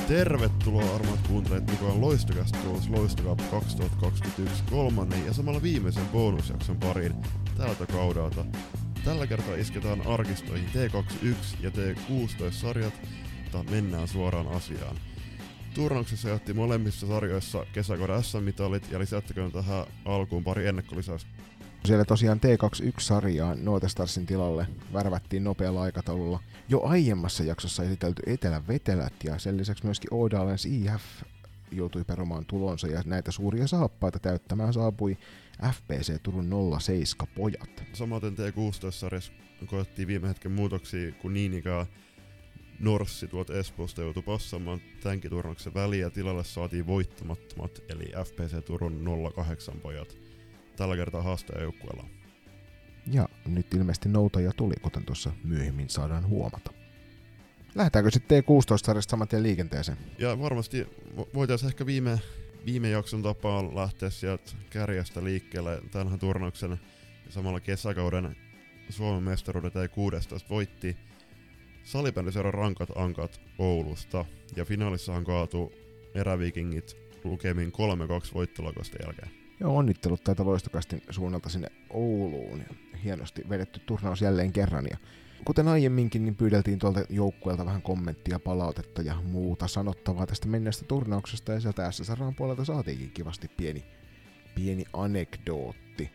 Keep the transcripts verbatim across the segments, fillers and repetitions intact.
Tervetuloa armaat kuuntelijat mukaan Loistokasta tulos Loistocup kaksituhattakaksikymmentäyksi kolmannen ja samalla viimeisen bonusjakson pariin tältä kaudelta. Tällä kertaa isketään arkistoihin T kaksikymmentäyksi ja T kuusitoista sarjat, mutta mennään suoraan asiaan. Turnauksessa jätti molemmissa sarjoissa kesäkauden S M-mitalit ja lisättäköön tähän alkuun pari ennakkolisäystä. Siellä tosiaan T kaksikymmentäyksi-sarjaa Nootestarsin tilalle värvättiin nopealla aikataululla jo aiemmassa jaksossa esitelty Etelän vetelät ja sen lisäksi myöskin Oodalens I F joutui perumaan tulonsa ja näitä suuria saappaita täyttämään saapui F P C Turun nolla seitsemän pojat. Samaten T kuusitoista-sarjassa koettiin viime hetken muutoksia, kun niin ikään Norssi tuolta Espoosta joutui passaamaan tämänkin turnauksen väliin ja tilalle saatiin voittamattomat eli F P C Turun nolla kahdeksan pojat. Tällä kertaa haastajajoukkueella. Ja nyt ilmeisesti noutaja tuli, kuten tuossa myöhemmin saadaan huomata. Lähdetäänkö sitten T kuusitoista-sarjasta saman tien liikenteeseen? Ja varmasti voitaisiin ehkä viime, viime jakson tapaan lähteä sieltä kärjestä liikkeelle. Tämänhän turnauksen ja samalla kesäkauden Suomen mestaruuden T kuusitoista voitti salibändiseuran Rankat Ankat Oulusta. Ja finaalissahan kaatui Erävikingit lukemin kolme kaksi voittolakosta jälkeen. Joo, onnittelut täältä Loistokastin suunnalta sinne Ouluun. Hienosti vedetty turnaus jälleen kerran. Ja kuten aiemminkin, niin pyydeltiin tuolta joukkueelta vähän kommenttia, palautetta ja muuta sanottavaa tästä menneestä turnauksesta. Ja sieltä S S R:n puolelta saatiinkin kivasti pieni, pieni anekdootti.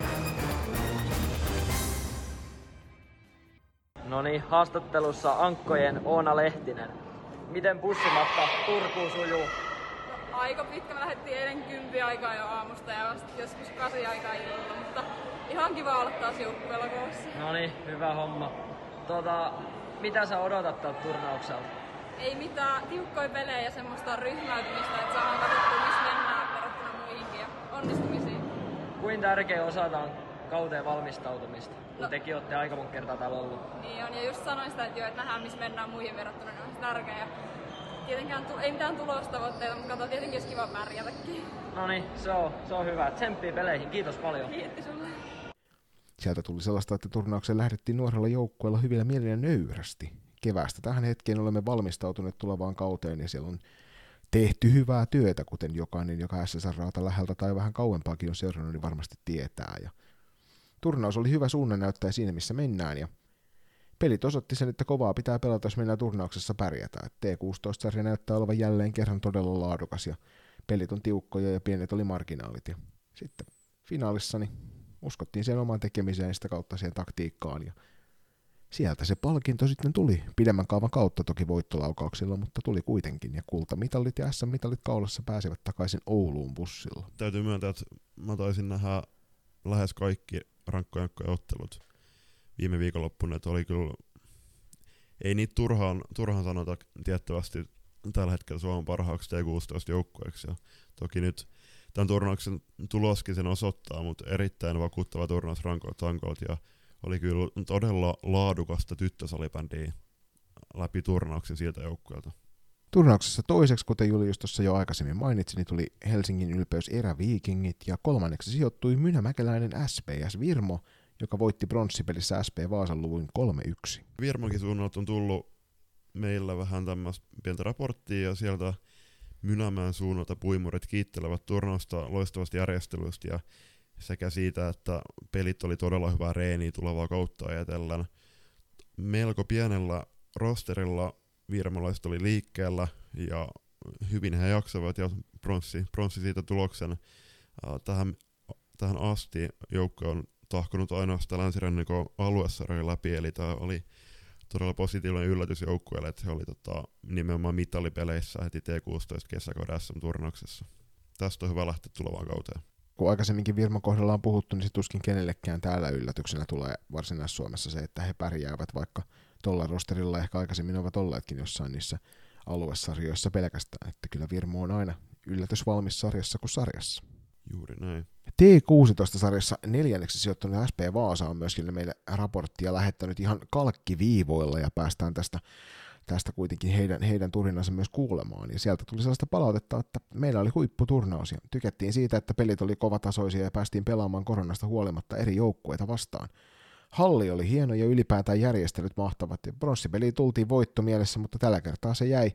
No niin, haastattelussa Ankkojen Oona Lehtinen. Miten bussimatka Turkuun sujuu? Aika pitkä, me lähdettiin eilen kympi aikaa jo aamusta ja vasta joskus kasi aikaa illalla, mutta ihan kiva olla taas joukkueella koossa. No niin, hyvä homma. Tota, mitä sä odotat tältä turnaukselta? Ei mitään, tiukkoja pelejä ja semmoista ryhmäytymistä, että saadaan katsottua missä mennään verrattuna muihinkin ja onnistumisiin. Kuinka tärkeä osata on kauteen valmistautumista, kun no, tekin olette aika monta kertaa täällä ollut? Niin on, ja just sanoin sitä, että, jo, että nähdään missä mennään muihin verrattuna, niin on se tärkeä. Tietenkään tu- ei mitään tulostavoitteita, mutta kato, tietenkin olisi kiva pärjätäkin. No niin, se on, se on hyvä. Tsemppii peleihin. Kiitos paljon. Kiitti sulle. Sieltä tuli sellaista, että turnaukseen lähdettiin nuorella joukkueella hyvillä mielin ja nöyrästi. Keväästä tähän hetkeen olemme valmistautuneet tulevaan kauteen ja siellä on tehty hyvää työtä, kuten jokainen, joka S S R:ta läheltä tai vähän kauempaakin on seurannut, niin varmasti tietää. Ja turnaus oli hyvä suunnannäyttäjä siinä, missä mennään ja pelit osoitti sen, että kovaa pitää pelata, jos mennään turnauksessa pärjätään. T kuusitoista-sarja näyttää olevan jälleen kerran todella laadukas ja pelit on tiukkoja ja pienet oli marginaalit. Ja sitten finaalissa niin uskottiin sen omaan tekemiseen ja sitä kautta siihen taktiikkaan. Ja sieltä se palkinto sitten tuli pidemmän kaavan kautta toki voittolaukauksilla, mutta tuli kuitenkin. Ja kultamitalit ja S M-mitalit kaulassa pääsivät takaisin Ouluun bussilla. Täytyy myöntää, että mä taisin nähdä lähes kaikki rankkojen ottelut viime viikonloppuna, että oli kyllä, ei niitä turhaan, turhaan sanota tiettävästi tällä hetkellä Suomen parhaaksi T kuusitoista joukkueeksi. Ja toki nyt tämän turnauksen tuloskin sen osoittaa, mutta erittäin vakuuttava turnaus Rankoilta Ankolta ja oli kyllä todella laadukasta tyttösalibändiä läpi turnauksen siltä joukkueelta. Turnauksessa toiseksi, kuten Julius tuossa jo aikaisemmin mainitsi, niin tuli Helsingin ylpeys Eräviikingit ja kolmanneksi sijoittui mynämäkeläinen S P S Virmo, joka voitti pronssipelissä S P Vaasan luvun kolme yksi. Virmonkin suunnalta on tullut meillä vähän tämmöistä pientä raporttia ja sieltä Mynämäen suunnalta puimurit kiittelevät turnausta loistavasta järjestelystä ja sekä siitä, että pelit oli todella hyvää reeniä tulevaa kautta ajatellen. Melko pienellä rosterilla virmolaiset oli liikkeellä ja hyvin he jaksavat ja pronssi, pronssi siitä tuloksen. Tähän, tähän asti joukko on tahkonut ainoastaan länsirannikon aluesarjoja läpi, eli tämä oli todella positiivinen yllätys joukkueelle, että he oli tota, nimenomaan mitalipeleissä heti T kuusitoista kesäkauden S M-turnauksessa. Tästä on hyvä lähteä tulevaan kauteen. Kun aikaisemminkin Virmon kohdalla on puhuttu, niin se tuskin kenellekään täällä yllätyksenä tulee Varsinais-Suomessa se, että he pärjäävät, vaikka tuolla rosterilla ehkä aikaisemmin ovat olleetkin jossain niissä aluesarjoissa pelkästään, että kyllä Virmo on aina yllätysvalmis sarjassa kuin sarjassa. Juuri näin. T kuusitoista-sarjassa neljänneksi sijoittunut S P Vaasa on myöskin meille raporttia lähettänyt ihan kalkkiviivoilla ja päästään tästä, tästä kuitenkin heidän, heidän turinansa myös kuulemaan. Ja sieltä tuli sellaista palautetta, että meillä oli huipputurnaus ja tykättiin siitä, että pelit oli kovatasoisia ja päästiin pelaamaan koronasta huolimatta eri joukkueita vastaan. Halli oli hieno ja ylipäätään järjestelyt mahtavat ja pronssipeliin tultiin voittomielessä, mutta tällä kertaa se jäi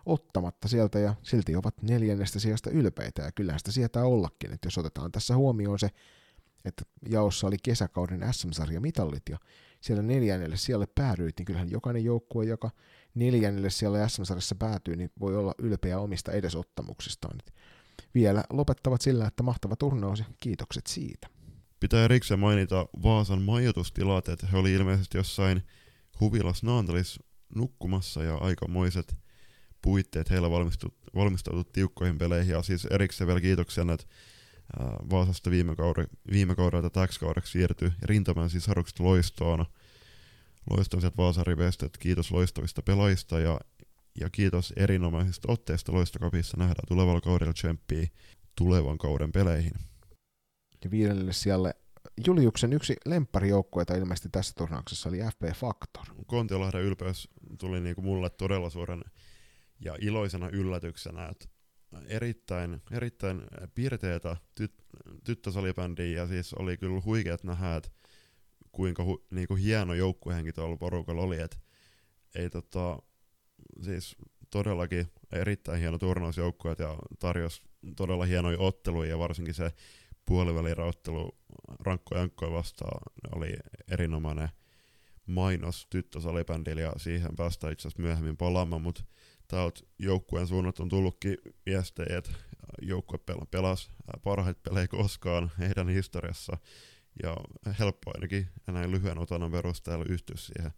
ottamatta sieltä ja silti ovat neljännestä sijasta ylpeitä ja kyllähän sitä sietää ollakin, että jos otetaan tässä huomioon se, että jaossa oli kesäkauden S M-sarja mitallit ja siellä neljännelle sijalle päädyit, niin kyllähän jokainen joukkue, joka neljännelle sijalle S M-sarjassa päätyy, niin voi olla ylpeä omista edesottamuksistaan. Vielä lopettavat sillä, että mahtava turnaus ja kiitokset siitä. Pitää erikseen mainita Vaasan majoitustilat, että he oli ilmeisesti jossain huvilas Naantalis nukkumassa ja aikamoiset puitteet heillä valmistautu tiukkoihin peleihin. Ja siis erikseen vielä kiitoksia, että Vaasasta viime, kaude, viime kaudelta täksi kaudeksi siirtyi Rintamäen sisarukset Loistoon. Loistoon sieltä Vaasan riveistä, että kiitos loistavista pelaajista ja, ja kiitos erinomaisista otteista Loistokapissa. Nähdään tulevalla kaudella tsemppii tulevan kauden peleihin. Ja viidennelle sijalle Juliuksen yksi lempparijoukkueita ilmeisesti tässä turnauksessa oli F P Factor. Kontiolahden ylpeys tuli niinku mulle todella suuren ja iloisena yllätyksenä, että erittäin, erittäin piirteitä tyt- tyttösalibändiä ja siis oli kyllä huikeat nähdä, että kuinka hu- niinku hieno joukkuehenki tuolla porukalla oli, että ei tota, siis todellakin erittäin hieno turnausjoukkueet ja tarjosi todella hienoja otteluja ja varsinkin se puolivälierä-ottelu rankkoja jankkoja vastaan oli erinomainen mainos tyttösalibändillä ja siihen päästään itse asiassa myöhemmin palaamaan, mutta täältä joukkueen suunnat on tullutkin viestejä, että joukkue pelasi parhaita pelejä koskaan heidän historiassa ja helppo ainakin näin lyhyen otannan perusteella yhtyä siihen.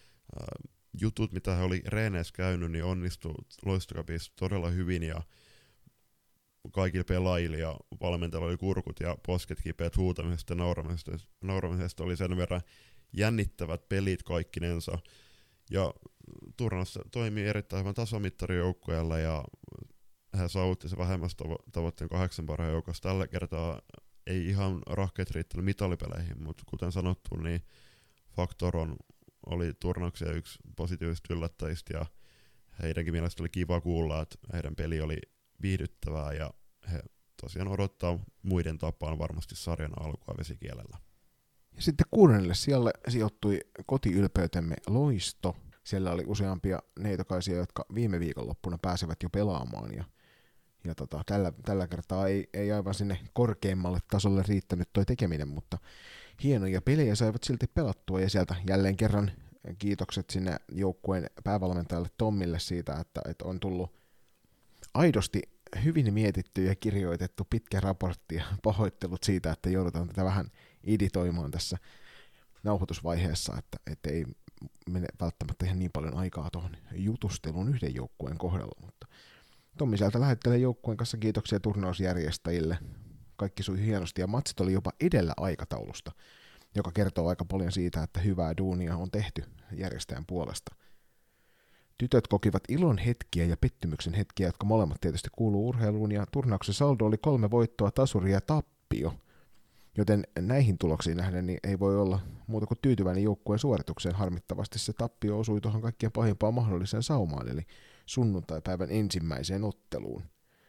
Jutut, mitä he oli reeneissä käynyt, niin onnistui Loistokapissa todella hyvin ja kaikilla pelaajilla ja valmentajilla oli kurkut ja posket kipeät huutamisesta ja nauramisesta, nauramisesta oli sen verran jännittävät pelit kaikkinensa. Ja turnaussa toimii erittäin hyvän tasomittarijoukkueella ja hän saavutti se vähemmästä tavo- tavoitteen kahdeksan parhaan joukossa. Tällä kertaa ei ihan rahkeet riittänyt mitalipeleihin, mutta kuten sanottu, niin Factor on, oli turnauksia yksi positiivista yllättäjistä ja heidänkin mielestä oli kiva kuulla, että heidän peli oli viihdyttävää ja he tosiaan odottaa muiden tapaan varmasti sarjan alkua vesikielellä. Ja sitten kuudennelle sijalle sijoittui kotiylpeytemme Loisto. Siellä oli useampia neitokaisia, jotka viime viikonloppuna pääsevät jo pelaamaan. Ja, ja tota, tällä, tällä kertaa ei, ei aivan sinne korkeimmalle tasolle riittänyt toi tekeminen, mutta hienoja pelejä saivat silti pelattua. Ja sieltä jälleen kerran kiitokset sinne joukkueen päävalmentajalle Tommille siitä, että, että on tullut aidosti hyvin mietitty ja kirjoitettu pitkä raportti ja pahoittelut siitä, että joudutaan tätä vähän editoimaan tässä nauhoitusvaiheessa, että, että ei mene välttämättä ihan niin paljon aikaa tuohon jutusteluun yhden joukkueen kohdalla, mutta Tommi sieltä lähettelee joukkueen kanssa kiitoksia turnausjärjestäjille. Kaikki sui hienosti ja matsit oli jopa edellä aikataulusta, joka kertoo aika paljon siitä, että hyvää duunia on tehty järjestäjän puolesta. Tytöt kokivat ilon hetkiä ja pettymyksen hetkiä, jotka molemmat tietysti kuuluu urheiluun, ja turnauksen saldo oli kolme voittoa, tasuri ja tappio. Joten näihin tuloksiin nähden niin ei voi olla muuta kuin tyytyväinen joukkueen suoritukseen. Harmittavasti se tappio osui tuohon kaikkien pahimpaan mahdolliseen saumaan, eli sunnuntaipäivän ensimmäiseen otteluun.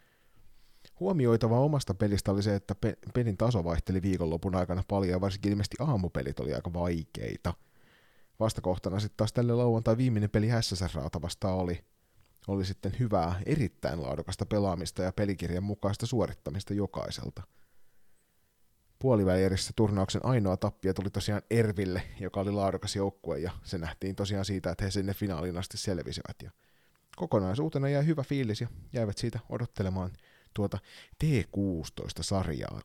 Huomioitavaa omasta pelistä oli se, että pe- pelin taso vaihteli viikonlopun aikana paljon, ja varsinkin ilmeisesti aamupelit oli aika vaikeita. Vastakohtana sitten taas tälle lauantai viimeinen peli S S R:ta vastaan oli, oli sitten hyvää, erittäin laadukasta pelaamista ja pelikirjan mukaista suorittamista jokaiselta. Puolivälierissä turnauksen ainoa tappia tuli tosiaan Erville, joka oli laadukas joukkue, ja se nähtiin tosiaan siitä, että he sinne finaaliin asti selvisivät. Ja kokonaisuutena jäi hyvä fiilis ja jäivät siitä odottelemaan tuota T kuusitoista-sarjaa.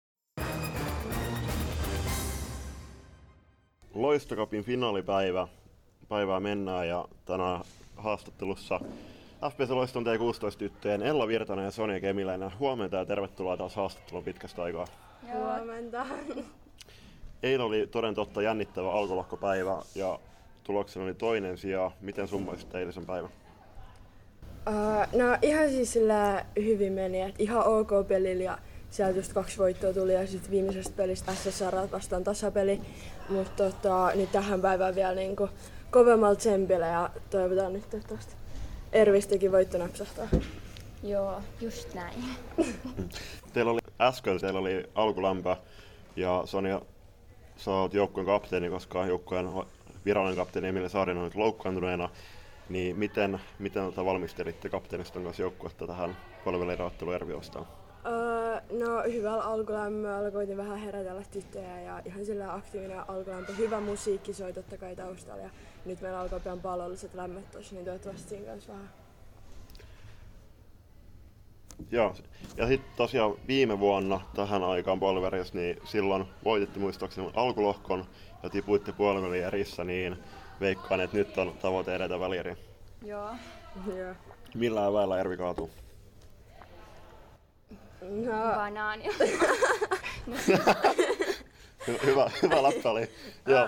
Loistokapin finaalipäivä. Päivää mennään ja tänään haastattelussa F P C Loiston T kuusitoista-tyttöjen Ella Virtanen ja Sonja Kemiläinen. Huomenta ja tervetuloa taas haastatteluun pitkästä aikaa. Huomenta. Eilen oli toden totta jännittävä alkulohkopäivä ja tuloksena oli toinen sija. Miten summoisit eilisen päivän? Uh, no ihan siis sillä hyvin meni, että ihan ok pelillä ja sieltä just kaksi voittoa tuli ja sitten viimeisestä pelistä S S R vastaan tasapeli. Mutta tota, nyt tähän päivään vielä niinku kovemmalla tsempillä ja toivotaan nyt toivottavasti Ervistäkin voitto napsahtaa. Joo, just näin. Teillä oli äsken teillä oli alkulämpö ja Sonja, sä oot joukkueen kapteeni, koska joukkueen virallinen kapteeni Emilia Saarinen on nyt loukkaantuneena. Niin miten, miten tota valmistelitte kapteeniston kanssa joukkuetta tähän puolivälierä-otteluun Järvi vastaan? Öö, no hyvällä alkulämmöllä koitin vähän herätellä tyttöjä ja ihan sillä aktiivinen alkulämpö. Hyvä musiikki soi totta kai taustalla ja nyt meillä alkaa pian pallolliset lämmöt tossa, niin toivottavasti siinä kanssa vähän. Joo, ja sitten tosiaan viime vuonna tähän aikaan puolivälissä, niin silloin voititte muistaakseni alkulohkon ja tipuitte puolivälierissä, niin veikkaan, että nyt on tavoite edetä välieriin. Joo. Joo. Millään väellä Järvi kaatuu? No, Banaania. hyvä, hyvä läppä oli. Joo.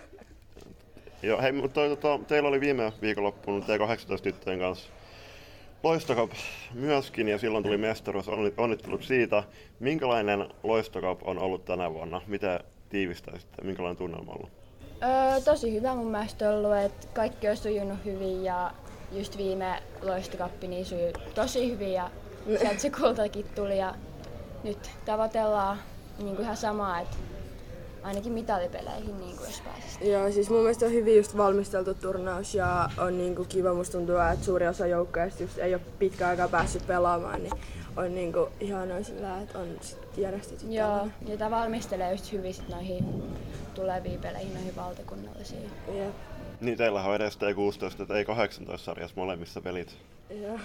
Joo, hei, mutta toi, tota, teillä oli viime viikonloppuun T kahdeksantoista tyttöjen kanssa Loistokap myöskin, ja silloin tuli mestaruus. Onnittelut siitä. Minkälainen Loistokap on ollut tänä vuonna? Miten tiivistäisitte? Minkälainen tunnelma on ollut? Öö, tosi hyvä mun mielestä ollut, että kaikki on sujunut hyvin ja just viime Loistokappi niin sujui tosi hyvin ja sieltä se kultakin tuli ja nyt tavoitellaan niin kuin ihan samaa, että ainakin mitalipeleihin niin kuin jos pääsisi. joo, siis mun mielestä on hyvin just valmisteltu turnaus ja on niinku kiva, musta tuntuu, että suuri osa joukkueista just ei ole pitkään aikaa päässyt pelaamaan, niin on niinku ihanaa sillä, että on sit järjestetty Joo, tällainen. ja tämä valmistelee just hyvin sit noihin tuleviin peleihin, noihin valtakunnallisiin. Jep. Niin, teillähän on edes T kuusitoista ja T kahdeksantoista sarjassa molemmissa pelit. Joo.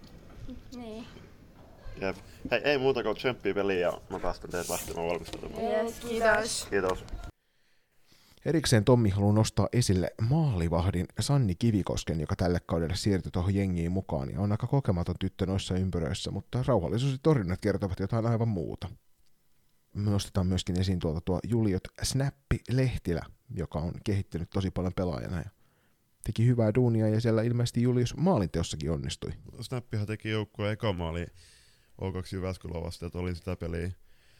Niin. Jep. Hei, ei muuta kuin tsemppiä peliin ja mä päästän teet lähtemään valmistautumaan. Yes, kiitos. Kiitos. Erikseen Tommi haluaa nostaa esille maalivahdin Sanni Kivikosken, joka tälle kaudelle siirtyi tuohon jengiin mukaan ja on aika kokematon tyttö noissa ympyröissä, mutta rauhallisuus ja torjunnat kertovat jotain aivan muuta. Me nostetaan myöskin esiin tuolta tuo Juliot Snappi Lehtilä, joka on kehittynyt tosi paljon pelaajana ja teki hyvää duunia ja siellä ilmeisesti Julius maalinteossakin onnistui. Snappihan teki joukkueen eka maali O kaksi Jyväskylä vasta, että olin sitä peliä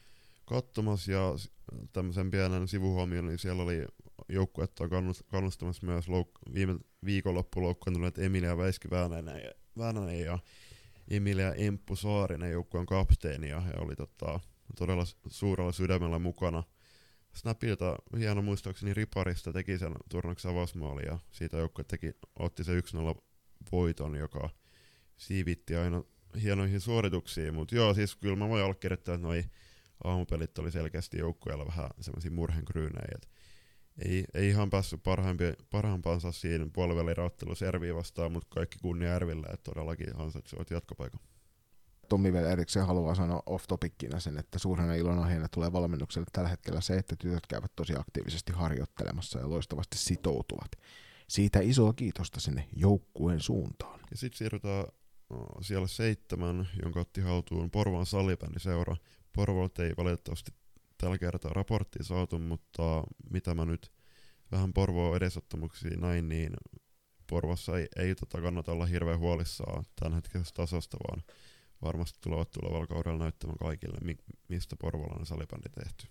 katsomassa ja tämmöisen pienen sivuhuomion, niin siellä oli joukkuetta kannustamassa myös louk- viime viikonloppuun loukkaantuneet Emilia Väiski Väänänen ja, Väänänen ja Emilia Emppu Saarinen joukkueen kapteeni ja he oli tota, todella suurella sydämellä mukana. Snapilta hieno muistaakseni riparista teki sen turnauksen avausmaali ja siitä joukkue teki, otti se yksi nolla voiton, joka siivitti aina hienoihin suorituksiin, mutta joo, siis kyllä mä voin allekirjoittaa, että noi aamupelit oli selkeästi joukkueella vähän semmosia murhenkryynejä, et ei, ei ihan päässyt parhaampansa siinä puolivälierä-ottelussa Järviä vastaan, mutta kaikki kunnia Järville, että todellakin ansaitsevat jatkopaikan. Tommi vielä erikseen haluaa sanoa off-topiccina sen, että suurena ilonaiheena tulee valmennukselle tällä hetkellä se, että tytöt käyvät tosi aktiivisesti harjoittelemassa ja loistavasti sitoutuvat. Siitä isoa kiitosta sinne joukkueen suuntaan. Ja sitten siirrytään no, siellä seitsemän, jonka otti haltuun Porvoon salibändiseura. Porvoolta ei valitettavasti tällä kertaa raporttia saatu, mutta mitä mä nyt vähän Porvoon edesottamuksia näin, niin Porvossa ei, ei tota kannata olla hirveän huolissaan tämän hetkisestä tasosta, vaan varmasti tulevat tulevalla kaudella näyttämään kaikille, mi- mistä porvolainen salibändi tehty.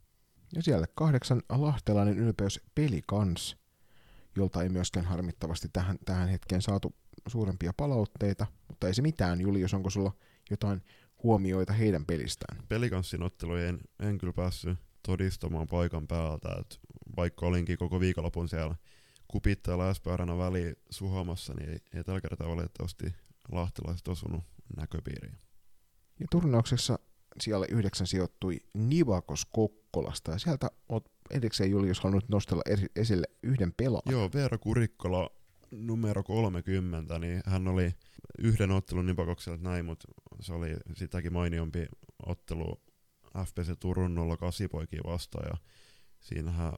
Ja siellä kahdeksan lahtelainen ylpeys Pelikans, jolta ei myöskään harmittavasti tähän, tähän hetkeen saatu suurempia palautteita, mutta ei se mitään. Julius, onko sulla jotain huomioita heidän pelistään? Pelikanssin otteluja en, en kyllä päässyt todistamaan paikan päältä, että vaikka olinkin koko viikonlopun siellä Kupittaa S P Areenan väliin suhamassa, niin ei, ei tällä kertaa valitettavasti lahtelaiset osunut näköpiiriin. Ja turnauksessa siellä yhdeksän sijoittui Nivakos Kokkolasta, ja sieltä olet edekseen Julius halunnut nostella esille yhden pelaajan. Joo, Veera Kurikkola numero kolmekymmentä, niin hän oli yhden ottelun Nivakoksella näin, mutta se oli sitäkin mainiompi ottelu F P C Turun nolla kahdeksan poikia vastaan, ja siinähän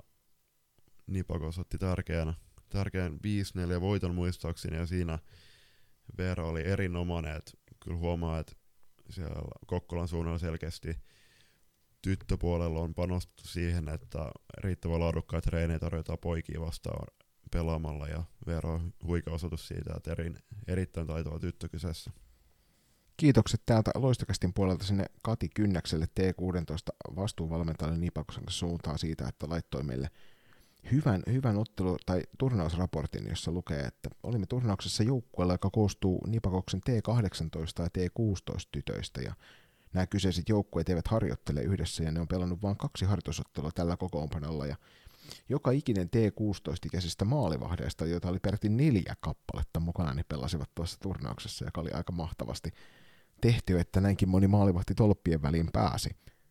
Nipakos otti tärkeän, tärkeän viisi neljä voiton muistaakseni, ja siinä Veera oli erinomainen, että kyllä huomaa, että siellä Kokkolan suunnalla selkeästi tyttöpuolella on panostettu siihen, että riittävän laadukkaita treenejä tarjotaan poikia vastaan pelaamalla, ja Veera on huikea osoitus siitä, että eri, erittäin taitava tyttö kyseessä. Kiitokset täältä Loistokästin puolelta sinne Kati Kynnäkselle T kuusitoista vastuuvalmentajalle Nipakosen suuntaan siitä, että laittoi meille hyvän, hyvän ottelu- tai turnausraportin, jossa lukee, että olimme turnauksessa joukkueella, joka koostuu Nipakoksen T kahdeksantoista ja T kuusitoista tytöistä, ja nämä kyseiset joukkueet eivät harjoittele yhdessä, ja ne on pelannut vain kaksi harjoitusottelua tällä kokoonpanolla, ja joka ikinen T kuusitoista-ikäisistä maalivahdeista, joita oli peräti neljä kappaletta mukana, niin pelasivat tuossa turnauksessa, joka oli aika mahtavasti tehty, että näinkin moni maalivahti tolppien väliin pääsi.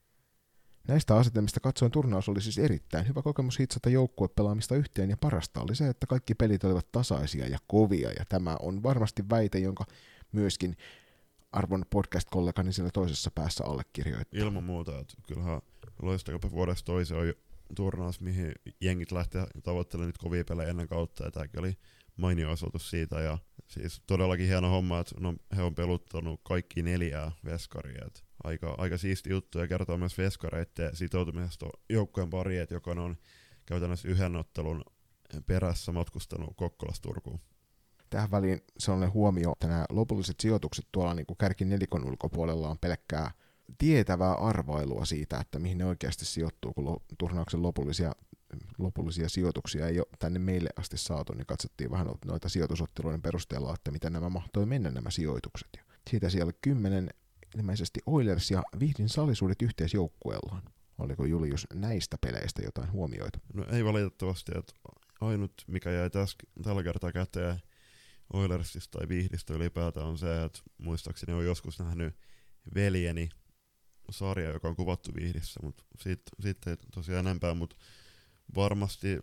Näistä asetelmista katsoen turnaus oli siis erittäin hyvä kokemus hitsata joukkuepelaamista yhteen, ja parasta oli se, että kaikki pelit olivat tasaisia ja kovia, ja tämä on varmasti väite, jonka myöskin arvon podcast-kollegani siellä toisessa päässä allekirjoittaa. Ilman muuta, että kyllähän Loistokappi vuodesta toiseen on turnaus, mihin jengit lähtee tavoittelemaan nyt kovia pelejä ennen kautta, ja tämäkin oli mainio osoitus siitä, ja siis todellakin hieno homma, että no, he on peluttanut kaikki neljää veskaria, että aika, aika siisti juttu, ja kertoo myös veskareiden sitoutumisesta joukkueen pariin, että joka on käytännössä yhden ottelun perässä matkustanut Kokkolasta Turkuun. Tähän väliin sellainen huomio, että nämä lopulliset sijoitukset tuolla niin kuin kärkinelikon ulkopuolella on pelkkää tietävää arvailua siitä, että mihin ne oikeasti sijoittuu, kun turnauksen lopullisia, lopullisia sijoituksia ei ole tänne meille asti saatu, niin katsottiin vähän noita sijoitusotteluiden perusteella, että miten nämä mahtoi mennä nämä sijoitukset. Siitä siellä kymmenen ilmeisesti Oilers ja Vihdin Salisuudet yhteisjoukkueellaan. Oliko Julius näistä peleistä jotain huomioita? No ei valitettavasti, että ainut mikä jäi täs, tällä kertaa käteen Oilersista tai Vihdistä ylipäätään on se, että muistaakseni on joskus nähnyt veljeni sarja, joka on kuvattu Vihdissä, mutta siitä, siitä ei tosiaan enempää, mutta varmasti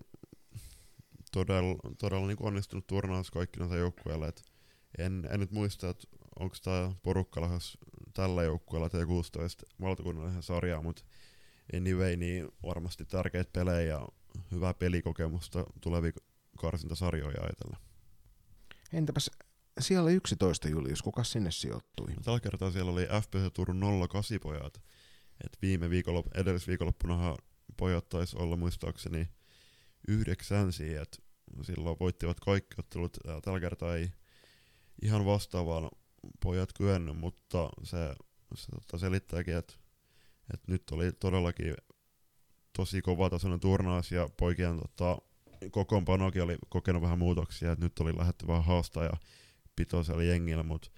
todella, todella niin onnistunut turnaus kaikkinensa joukkueelle. En, en nyt muista, että onko tämä porukka lähes tällä joukkueella T kuusitoista valtakunnallisen sarjaa, mutta anyway, niin varmasti tärkeitä pelejä ja hyvää pelikokemusta tulevia karsintasarjoja ajatellen. Entäpäs siellä yksitoista, Julius, kuka sinne sijoittui? No, tällä kertaa siellä oli F P C Turun nolla kahdeksan pojat. Et viime viikonlop- edellisviikonloppunahan pojat taisi olla muistaakseni yhdeksänsiä, että silloin voittivat kaikki ottelut. Ja tällä kertaa ei ihan vastaavaan pojat kyennyt, mutta se, se tota selittääkin, että et nyt oli todellakin tosi kovatasoinen turnaus ja poikien tota, kokoonpanokin oli kokenut vähän muutoksia, että nyt oli lähdetty vähän haastaa ja pitoisella jengillä, mutta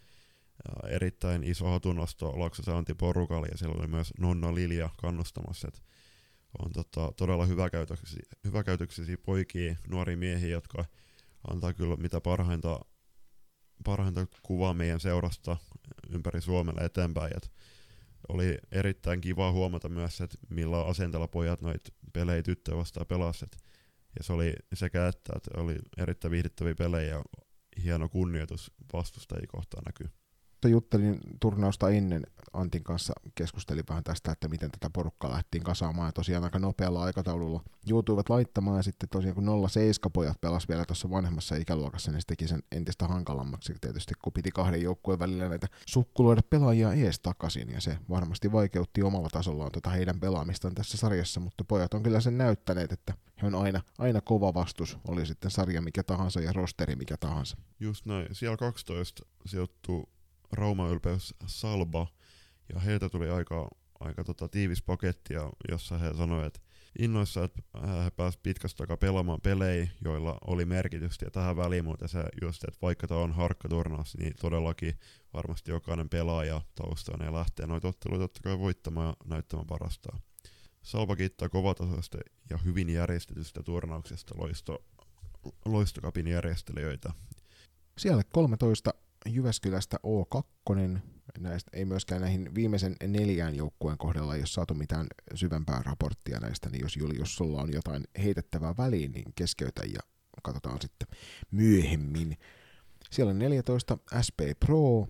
erittäin iso hatunnosto Laksosen Antti porukalle ja siellä oli myös Nonna Lilja kannustamassa, että on tota, todella hyväkäytöksisiä, hyväkäytöksisiä poikia, nuoria miehiä, jotka antaa kyllä mitä parhainta, parhainta kuvaa meidän seurasta ympäri Suomelle eteenpäin. Et oli erittäin kiva huomata myös, että millä asenteella pojat noita pelejä tyttöjä vastaan pelasivat. Ja se oli sekä että, että oli erittäin viihdyttäviä pelejä ja hieno kunnioitus vastustajia kohtaan näkyy. Juttelin turnausta ennen Antin kanssa, keskustelin vähän tästä, että miten tätä porukkaa lähdettiin kasaamaan ja tosiaan aika nopealla aikataululla joutuivat laittamaan ja sitten tosiaan kun nolla seitsemän pojat pelasi vielä tuossa vanhemmassa ikäluokassa, niin se teki sen entistä hankalammaksi tietysti, kun piti kahden joukkueen välillä näitä sukkuloida pelaajia ees takaisin ja se varmasti vaikeutti omalla tasollaan tota heidän pelaamistaan tässä sarjassa, mutta pojat on kyllä sen näyttäneet, että he on aina, aina kova vastus, oli sitten sarja mikä tahansa ja rosteri mikä tahansa. Just näin, siellä kaksitoista sijoittuu Rauma-ylpeys Salba, ja heiltä tuli aika, aika tota, tiivis paketti, jossa he sanoivat, että innoissa, että he pääsivät pitkästä aikaa pelaamaan pelejä, joilla oli merkitystä, ja tähän väliin muuten se just, että vaikka tämä on harkkaturnaus, niin todellakin varmasti jokainen pelaaja taustaan ja lähtee noita otteluita totta kai voittamaan ja näyttämään parastaan. Salba kiittää kovatasoista ja hyvin järjestetystä turnauksesta loisto, Loistokapin järjestelijöitä. Siellä kolmetoista Jyväskylästä O kaksi, näistä ei myöskään näihin viimeisen neljään joukkueen kohdalla ei ole saatu mitään syvempää raporttia näistä, niin jos Julius sulla on jotain heitettävää väliin, niin keskeytä ja katsotaan sitten myöhemmin. Siellä on neljätoista S P Pro,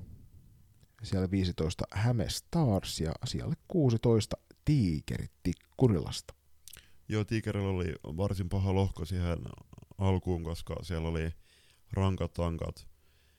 siellä viisitoista Häme Stars ja siellä kuusitoista Tiikerit Tikkurilasta. Joo, Tiikerillä oli varsin paha lohko siihen alkuun, koska siellä oli rankat tankat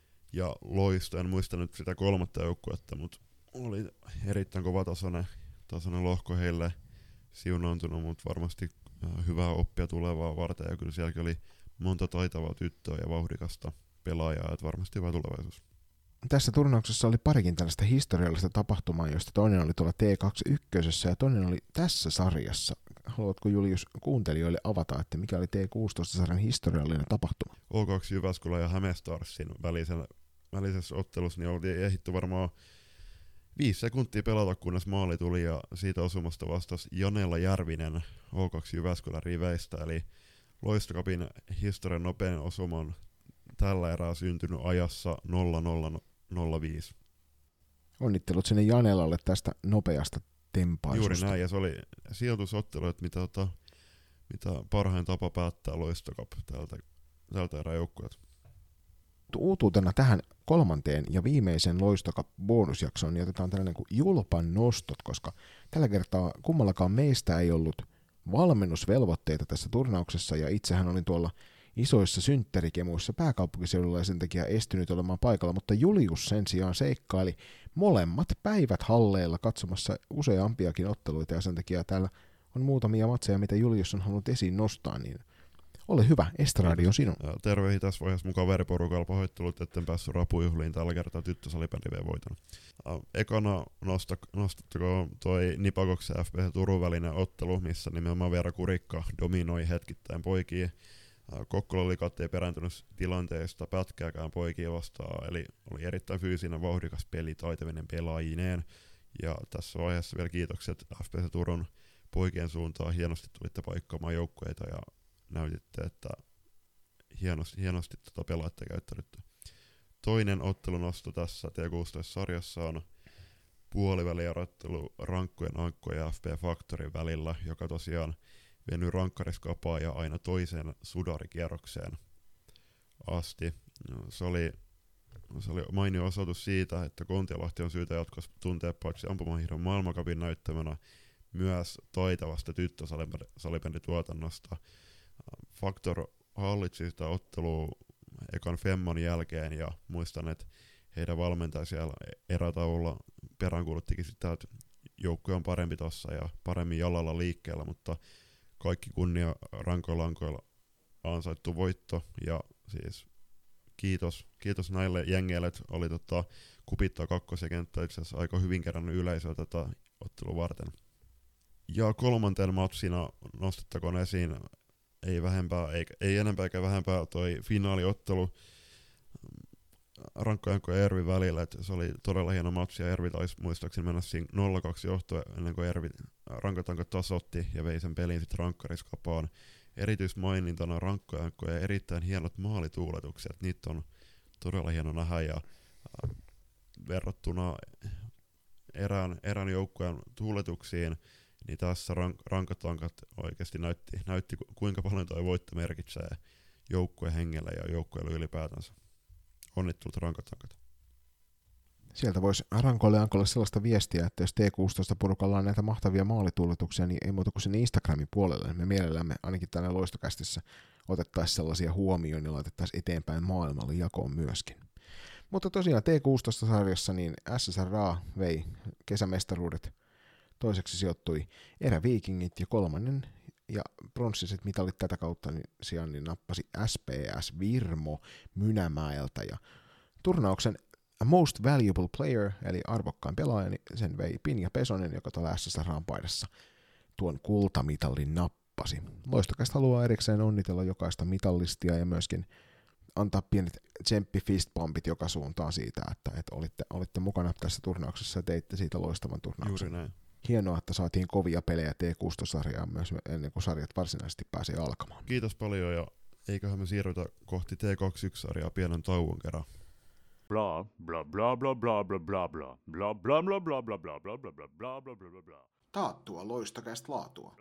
ja Loisto, en muista nyt sitä kolmatta joukkuetta, mutta oli erittäin kova tasoinen, tasoinen lohko heille siunaantunut, mutta varmasti hyvää oppia tulevaa varten, ja kyllä sielläkin oli monta taitavaa tyttöä ja vauhdikasta pelaajaa, että varmasti hyvä tulevaisuus. Tässä turnauksessa oli parikin tällaista historiallista tapahtumaa, josta toinen oli tuolla T kaksikymmentäyksi ja toinen oli tässä sarjassa. Haluatko Julius kuuntelijoille avata, että mikä oli T kuusitoista-sarjan historiallinen tapahtuma? O kaksi Jyväskylä ja Häme Starsin välisen, välisessä ottelussa niin oltiin ehditty varmaan Viisi sekuntia pelata, kunnes maali tuli ja siitä osumasta vastasi Janela Järvinen O kaksi Jyväskylän riveistä, eli Loistokapin historian nopein osuma on tällä erää syntynyt ajassa nolla nolla nolla viisi. Onnittelut sinne Janelalle tästä nopeasta tempaisusta. Juuri näin, ja se oli sijoitusottelu, että mitä, tota, mitä parhain tapa päättää Loistokap tältä, tältä erää joukkueelta. Uutuutena tähän kolmanteen ja viimeisen Loistokap-bonusjaksoon niin otetaan tällainen kuin julpan nostot, koska tällä kertaa kummallakaan meistä ei ollut valmennusvelvoitteita tässä turnauksessa, ja itsehän olin tuolla isoissa synttärikemuissa pääkaupunkiseudulla ja sen takia estynyt olemaan paikalla, mutta Julius sen sijaan seikkaili molemmat päivät halleilla katsomassa useampiakin otteluita, ja sen takia täällä on muutamia matseja, mitä Julius on halunnut esiin nostaa, niin ole hyvä, estradi on sinun. Tervehdin tässä vaiheessa mukaan veriporukalla, pahoittelut, etten päässyt rapujuhliin, tällä kertaa tyttösalibändi vei voiton. Ekana nostattako toi Nipakoksen ja F P C Turun välinen ottelu, missä nimenomaan Veera Kurikka dominoi hetkittäin poikia. Kokkolan likat ei perääntynyt tilanteesta pätkääkään poikia vastaan, eli oli erittäin fyysinen, vauhdikas peli, taitavinen pelaajineen. Ja tässä vaiheessa vielä kiitokset F P C Turun poikien suuntaan, hienosti tulitte paikkaamaan joukkueita ja näytitte, että hienosti, hienosti tota pelaatte käyttänyt. Toinen ottelunosto tässä T kuusitoista-sarjassa on puolivälierottelu rankkojen ankkojen ja F P Factorin välillä, joka tosiaan venyi rankkariskapaa ja aina toiseen sudarikierrokseen asti. Se oli, se oli mainio osoitus siitä, että Kontiolahti on syytä jatkossa tuntea paitsi ampumahiihdon maailmankapin näyttämänä myös taitavasta tyttösalibändituotannosta. Factor hallitsi sitä ottelua ekan Femmon jälkeen ja muistan, että heidän valmentaja siellä erätaululla peräänkuuluttikin sitä, että joukkue on parempi tossa ja paremmin jalalla liikkeellä, mutta kaikki kunnia rankoilla lankoilla ansaittu voitto ja siis kiitos, kiitos näille jengeille, että oli tota, Kupittaa kakkosen kenttä itse asiassa aika hyvin kerännyt yleisöä tätä ottelua varten. Ja kolmanten matsina nostettakoon esiin ei vähempää, ei, ei enempää eikä vähempää toi finaaliottelu Rankkojanko ja Ervi välillä, että se oli todella hieno matsi ja Ervi taisi muistaakseni mennä siinä nolla kaksi johtoa ennen kuin Ervi Rankojanko tasoitti ja vei sen pelin sitten rankkariskapaan. Erityismainintana Rankkojanko ja erittäin hienot maalituuletukset, niitä on todella hieno nähdä ja äh, verrattuna erään, erään joukkueen tuuletuksiin, niin tässä rank- rankatankat oikeasti näytti, näytti, kuinka paljon tuo voitto merkitsee joukkueen hengelle ja joukkueelle ylipäätänsä. Onnittelut rankatankat. Sieltä voisi rankoille ja ankoille sellaista viestiä, että jos T kuusitoista porukalla on näitä mahtavia maalituuletuksia, niin ei muuta kuin sinne Instagramin puolelle. Me mielellämme ainakin tänne Loistokästissä otettaisiin sellaisia huomioon ja laitettaisiin eteenpäin maailmalle jakoon myöskin. Mutta tosiaan T kuusitoista-sarjassa niin S S R A vei kesämestaruudet. Toiseksi sijoittui Eräviikingit ja kolmannen ja pronssiset mitalit tätä kautta niin sijaan niin nappasi S P S Virmo Mynämäeltä ja turnauksen Most Valuable Player eli arvokkain pelaaja, niin sen vei Pinja Pesonen, joka tuolla S S R paidassa tuon kultamitalin nappasi. Loistokästä haluaa erikseen onnitella jokaista mitallistia ja myöskin antaa pienet tsemppi fistpumpit joka suuntaan siitä, että, että olitte, olitte mukana tässä turnauksessa ja teitte siitä loistavan turnauksen. Juuri näin. Hienoa, että saatiin kovia pelejä T kuusitoista-sarjaa myös ennen kuin sarjat varsinaisesti pääsee alkamaan. Kiitos paljon ja eiköhän me siirrytä kohti T kaksikymmentäyksi-sarjaa pienen tauon kerran. Bla bla bla bla bla bla bla bla bla bla bla bla bla bla bla bla bla bla bla bla. Taattua Loistokästä laatua.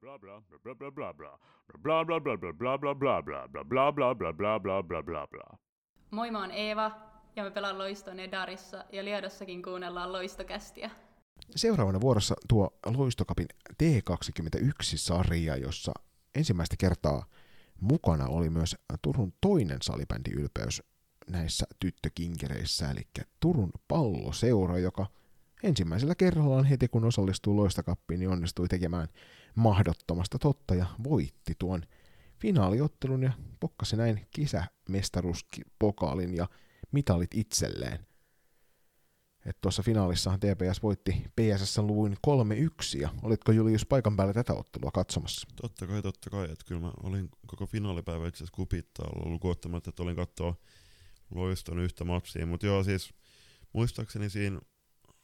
Moi, mä oon Eeva ja mä pelaan Loiston Edarissa ja Liedossakin kuunnellaan Loistokästiä. Seuraavana vuorossa tuo Loistokapin T kaksikymmentäyksi-sarja, jossa ensimmäistä kertaa mukana oli myös Turun toinen salibändi ylpeys näissä tyttökinkereissä, eli Turun Palloseura, joka ensimmäisellä kerrallaan heti kun osallistuu Loistokappiin, niin onnistui tekemään mahdottomasta totta ja voitti tuon finaaliottelun ja pokkasi näin kisämestaruuspokaalin ja mitalit itselleen. Että tuossa finaalissahan T P S voitti P S S-luvun kolme yksi, ja olitko Julius paikan päällä tätä ottelua katsomassa? Totta kai, totta kai, että kyllä mä olin koko finaalipäivä itse asiassa Kupittaalla lukuottamatta, että olin katsoa Loiston yhtä matsia, mutta joo siis muistaakseni siinä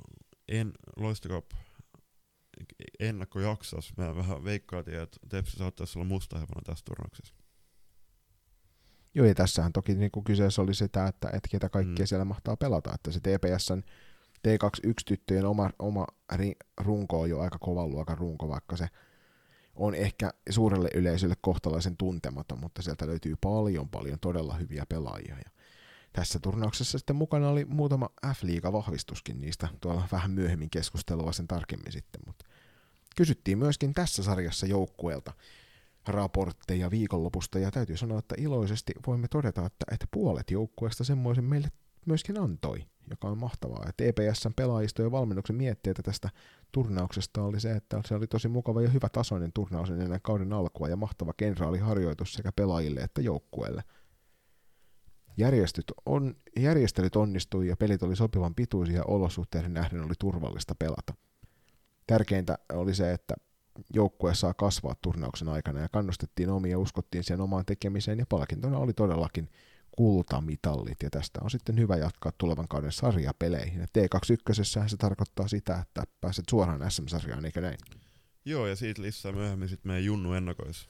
en, Loistokap ennakkojaksossa mä vähän veikkaatiin, että Tepsi saattaisi olla mustahevona tässä turnauksessa. Joo, ja tässähän toki niin kuin kyseessä oli sitä, että et ketä kaikkea Mm. siellä mahtaa pelata, että se T P S:n T kaksikymmentäyksi-tyttöjen oma, oma ri, runko on jo aika kovan luokan runko, vaikka se on ehkä suurelle yleisölle kohtalaisen tuntematon, mutta sieltä löytyy paljon paljon todella hyviä pelaajia. Ja tässä turnauksessa sitten mukana oli muutama F-liiga-vahvistuskin niistä, tuolla vähän myöhemmin keskustelua sen tarkemmin sitten, mutta kysyttiin myöskin tässä sarjassa joukkueelta raportteja viikonlopusta, ja täytyy sanoa, että iloisesti voimme todeta, että, että puolet joukkueesta semmoisen meille myöskin antoi, joka on mahtavaa. Ja T P S:n pelaajisto ja valmennuksen mietteitä tästä turnauksesta oli se, että se oli tosi mukava ja hyvä tasoinen turnaus ennen kauden alkua ja mahtava kenraaliharjoitus sekä pelaajille että joukkueelle. Järjestyt on, järjestelyt onnistui ja pelit oli sopivan pituisia ja olosuhteiden nähden oli turvallista pelata. Tärkeintä oli se, että joukkue saa kasvaa turnauksen aikana ja kannustettiin omia ja uskottiin siihen omaan tekemiseen ja palkintona oli todellakin kultamitallit ja tästä on sitten hyvä jatkaa tulevan kauden sarjapeleihin. Ja T kaksikymmentäyksi se tarkoittaa sitä, että pääset suoraan S M-sarjaan, eikö näin? Joo, ja siitä lisää myöhemmin sitten meidän Junnu ennakoissa.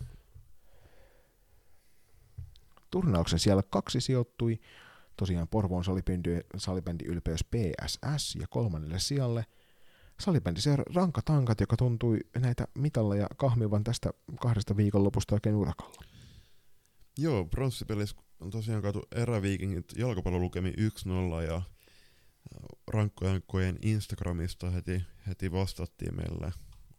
Turnauksen siellä kaksi sijoittui tosiaan Porvoon salibändi, salibändi ylpeys P S S ja kolmannelle sijalle salibändi se Rankatankat, joka tuntui näitä mitalleja kahmivan tästä kahdesta viikonlopusta oikein urakalla. Joo, pronssipelissä on tosiaan kaatu eräviikingit jalkapallolukemi yksi nolla ja rankkojankkojen Instagramista heti, heti vastattiin meille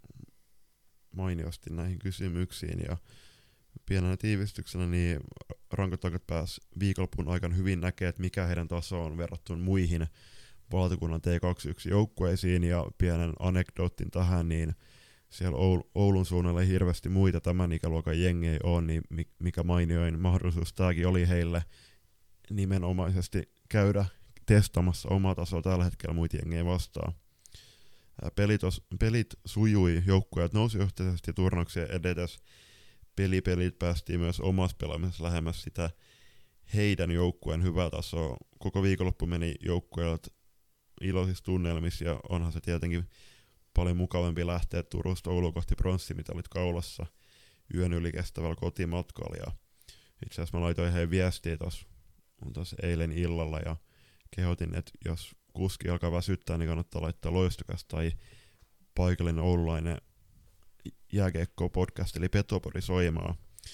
mainiosti näihin kysymyksiin ja pienenä tiivistyksenä niin Rankatankat pääsi viikonlopun aikana hyvin näkemään, että mikä heidän taso on verrattuna muihin valtakunnan T kaksikymmentäyksi-joukkueisiin ja pienen anekdootin tähän, niin siellä Oulun suunnalla ei hirveästi muita tämän ikäluokan jengejä ole, niin mikä mainioin mahdollisuus tämäkin oli heille nimenomaisesti käydä testaamassa omaa tasoa tällä hetkellä muita jengejä vastaan. Pelit, os, pelit sujui, joukkueet nousi yhteisesti turnauksien edetes. Pelipelit päästiin myös omassa pelaamisessa lähemmäs sitä heidän joukkueen hyvää tasoa. Koko viikonloppu meni joukkueelta iloisissa tunnelmissa ja onhan se tietenkin paljon mukavampi lähteä Turusta Ouluun kohti pronssimitalit kaulassa yön yli kestävällä kotimatkalla. Ja itse asiassa mä laitoin heidän viestiä tuossa eilen illalla ja kehotin, että jos kuski alkaa väsyttää, niin kannattaa laittaa Loistokas tai paikallinen oululainen jääkiekko-podcast eli Petopori soimaan.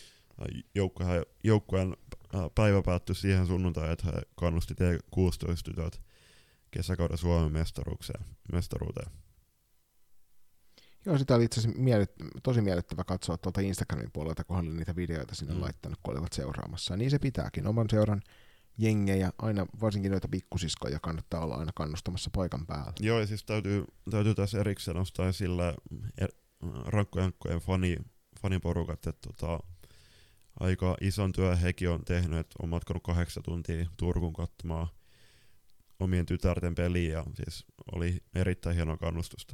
Joukkueen päivä päättyi siihen sunnuntaan, että he kannusti T kuusitoista-tytöt kesäkauden Suomen mestaruuteen. mestaruuteen. Joo, sitä oli itse asiassa miellyt- tosi miellyttävä katsoa tuolta Instagramin puolelta, kun oli niitä videoita sinne mm. laittanut, kun olivat seuraamassa. Ja niin se pitääkin. Oman seuran jengejä, aina varsinkin noita pikkusiskoja kannattaa olla aina kannustamassa paikan päällä. Joo, ja siis täytyy, täytyy tässä erikseen nostaa esille er, rankkojankkojen fani, faniporukat, että tota, aika ison työn hekin on tehnyt, että on matkanut kahdeksan tuntia Turkuun katsomaan omien tytärten peliä, ja siis oli erittäin hienoa kannustusta.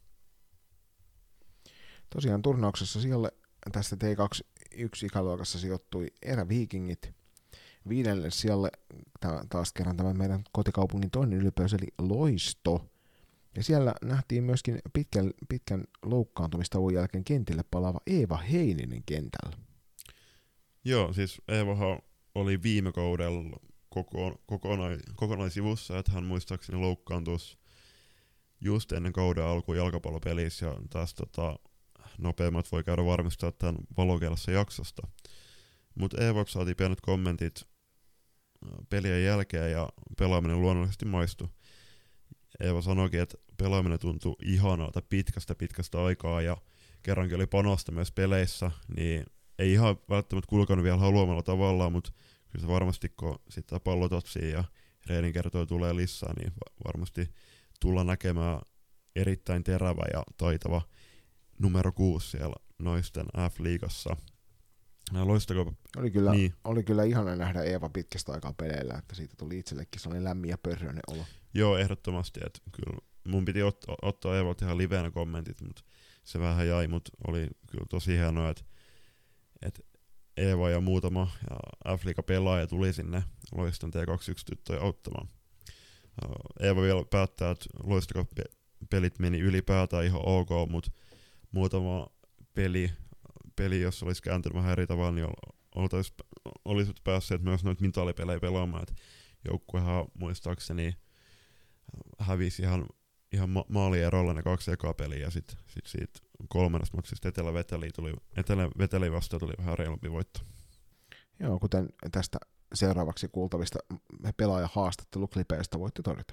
Tosiaan turnauksessa siellä tästä T kaksikymmentäyksi-ikäluokassa sijoittui eräviikingit. Viidennelle sijalle taas kerran tämä meidän kotikaupungin toinen ylpeys, eli Loisto. Ja siellä nähtiin myöskin pitkän, pitkän loukkaantumistauon jälkeen kentille palaava Eeva Heininen kentällä. Joo, siis Eevahan oli viime kaudella koko, kokonai, kokonaisivussa, että hän muistaakseni loukkaantui just ennen kauden alkuun jalkapallopelissä, ja tästä tota, nopeammat voi käydä varmistaa tämän valokeilassa jaksosta. Mutta Eevaksi saatiin pienet kommentit pelien jälkeen, ja pelaaminen luonnollisesti maistui. Eeva sanoikin, että pelaaminen tuntui ihanalta pitkästä pitkästä aikaa, ja kerrankin oli panosta myös peleissä, niin ei ihan välttämättä kulkenut vielä haluamalla tavallaan, mutta kyllä se varmasti, kun sitä pallototsiin ja Reinin kertoi tulee lisää, niin varmasti tullaan näkemään erittäin terävä ja taitava numero kuusi siellä naisten F-liigassa. Loistako? Oli kyllä, niin. oli kyllä ihana nähdä Eeva pitkästä aikaa peleillä, että siitä tuli itsellekin sellainen lämmin ja pörröinen olo. Joo, ehdottomasti. Että kyllä mun piti ot- ottaa Eevalta ihan livenä kommentit, mutta se vähän jäi, mutta oli kyllä tosi hienoa, että, että Eeva ja muutama ja F-liiga-pelaaja tuli sinne Loiston T kaksikymmentäyksi-tyttöjä auttamaan. Eeva vielä päättää, että Loistokappi pelit meni ylipäätään ihan ok, mutta muutama peli, peli, jos olisi kääntynyt vähän eri tavalla, niin olisivat päässeet myös noita mitalipelejä pelaamaan. Et joukkuehan muistaakseni hävisi ihan, ihan ma- maalierolla ne kaksi ekaa peliä, ja sitten sit siitä kolmannesta matsista Etelä-Veteliä tuli, Etelä-Veteliä vastaan tuli vähän reilumpi voitto. Joo, kuten tästä seuraavaksi kuultavista pelaajahaastatteluklipeistä voitte todeta.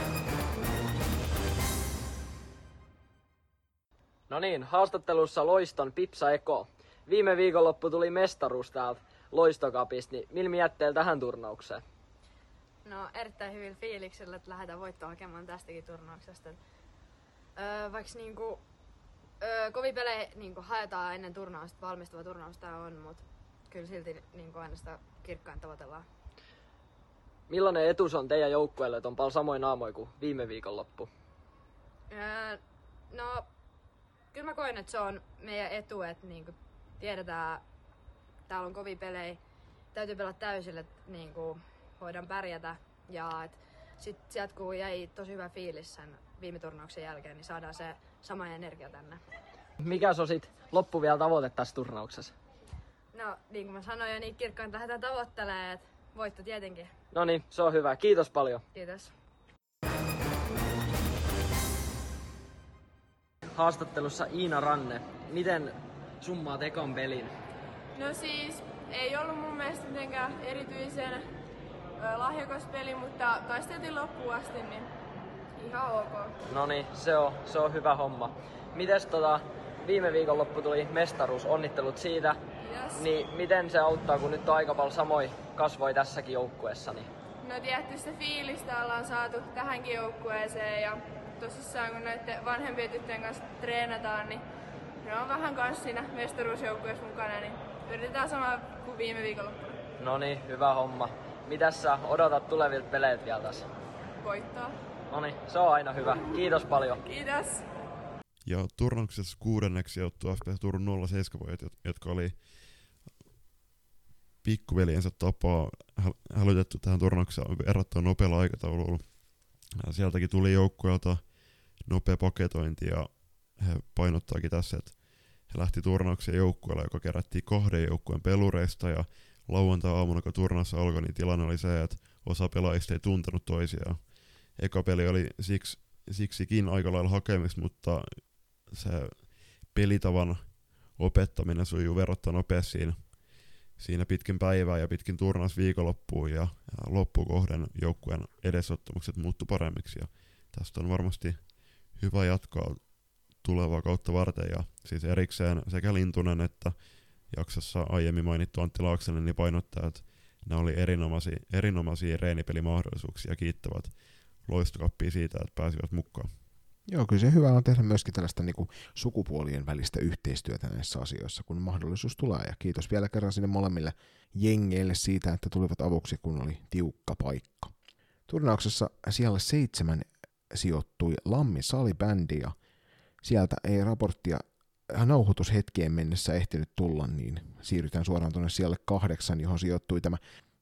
No niin, haastattelussa Loiston Pipsa Eko. Viime viikonloppu tuli mestaruus täältä Loistokapista, niin millä mietteellä tähän turnaukseen? No erittäin hyvillä fiiliksellä, että lähdetään voittoa hakemaan tästäkin turnauksesta. Öö, vaikka niinku, öö, kovin pelejä niinku haetaan ennen turnausta, valmistava turnaus tää on, mutta kyllä silti niinku aina sitä kirkkain tavoitellaan. Millainen etus on teidän joukkueelle, että on paljon samoin naamoja kuin viime viikonloppu? Öö, no, kyllä mä koen, että se on meidän etu, että niinku tiedetään, täällä on kovia pelejä, täytyy pelata täysillä, että niinku voidaan pärjätä. Ja et sit sieltä kun jäi tosi hyvä fiilis sen viime turnauksen jälkeen, niin saadaan se sama energia tänne. Mikä on sit loppu vielä tavoite tässä turnauksessa? No, niin kuin mä sanoin jo, niin kirkkaan lähdetään tavoittelemaan, että voitto tietenkin. No niin, se on hyvä. Kiitos paljon. Kiitos. Haastattelussa Iina Ranne. Miten summaat ekan pelin? No siis, ei ollut mun mielestä mitenkään erityisen ö, lahjakas peli, mutta taisteltiin loppuun asti, niin ihan ok. No niin, se on, se on hyvä homma. Mites tota, viime viikonloppu tuli mestaruus, onnittelut siitä. Yes. Niin miten se auttaa, kun nyt on aika paljon samoin kasvoi tässäkin joukkueessa? Niin? No tietysti se fiilistä ollaan saatu tähänkin joukkueeseen ja tosissaan kun näiden vanhempien tyttöjen kanssa treenataan, niin ne on vähän kanssa siinä mestaruusjoukkueessa mukana, niin yritetään samaa kuin viime viikonloppuna. No niin, hyvä homma. Mitäs sä odotat tulevilta peleiltä vielä tässä? Voittaa. No niin, se on aina hyvä. Kiitos paljon. Kiitos. Ja turnauksessa kuudenneksi sijoittui F P S Turun nolla seitsemän, jotka oli pikkuveljensä tapaa hälytetty tähän turnaukseen verrattuna nopealla aikataululla. Sieltäkin tuli joukkueelta nopea paketointi ja he painottaakin tässä, että he lähti turnaukseen joukkueella, joka kerättiin kahden joukkueen pelureista ja lauantai-aamuna, kun turnaus alkoi, niin tilanne oli se, että osa pelaajista ei tuntenut toisiaan. Eka peli oli siksi, siksikin aika lailla hakemista, mutta se pelitavan opettaminen sujuu verrattuna nopeasti siinä, siinä pitkin päivää ja pitkin turnaus viikonloppuun ja, ja loppukohden joukkueen edesottamukset muuttu paremmiksi. Ja tästä on varmasti hyvä jatkaa tulevaa kautta varten ja siis erikseen sekä Lintunen että jaksossa aiemmin mainittu Antti Laaksonen niin painottaa, että nämä oli erinomaisia, erinomaisia reenipelimahdollisuuksia ja kiittävät Loistokappia siitä, että pääsivät mukaan. Joo, kyllä se hyvä on tehdä myöskin tällaista niin kuin sukupuolien välistä yhteistyötä näissä asioissa, kun mahdollisuus tulee. Ja kiitos vielä kerran sinne molemmille jengeille siitä, että tulivat avuksi, kun oli tiukka paikka. Turnauksessa siellä seitsemän sijoittui Lammi salibändi ja sieltä ei raporttia nauhoitushetkien mennessä ehtinyt tulla, niin siirrytään suoraan tuonne siellä kahdeksan, johon sijoittui tämä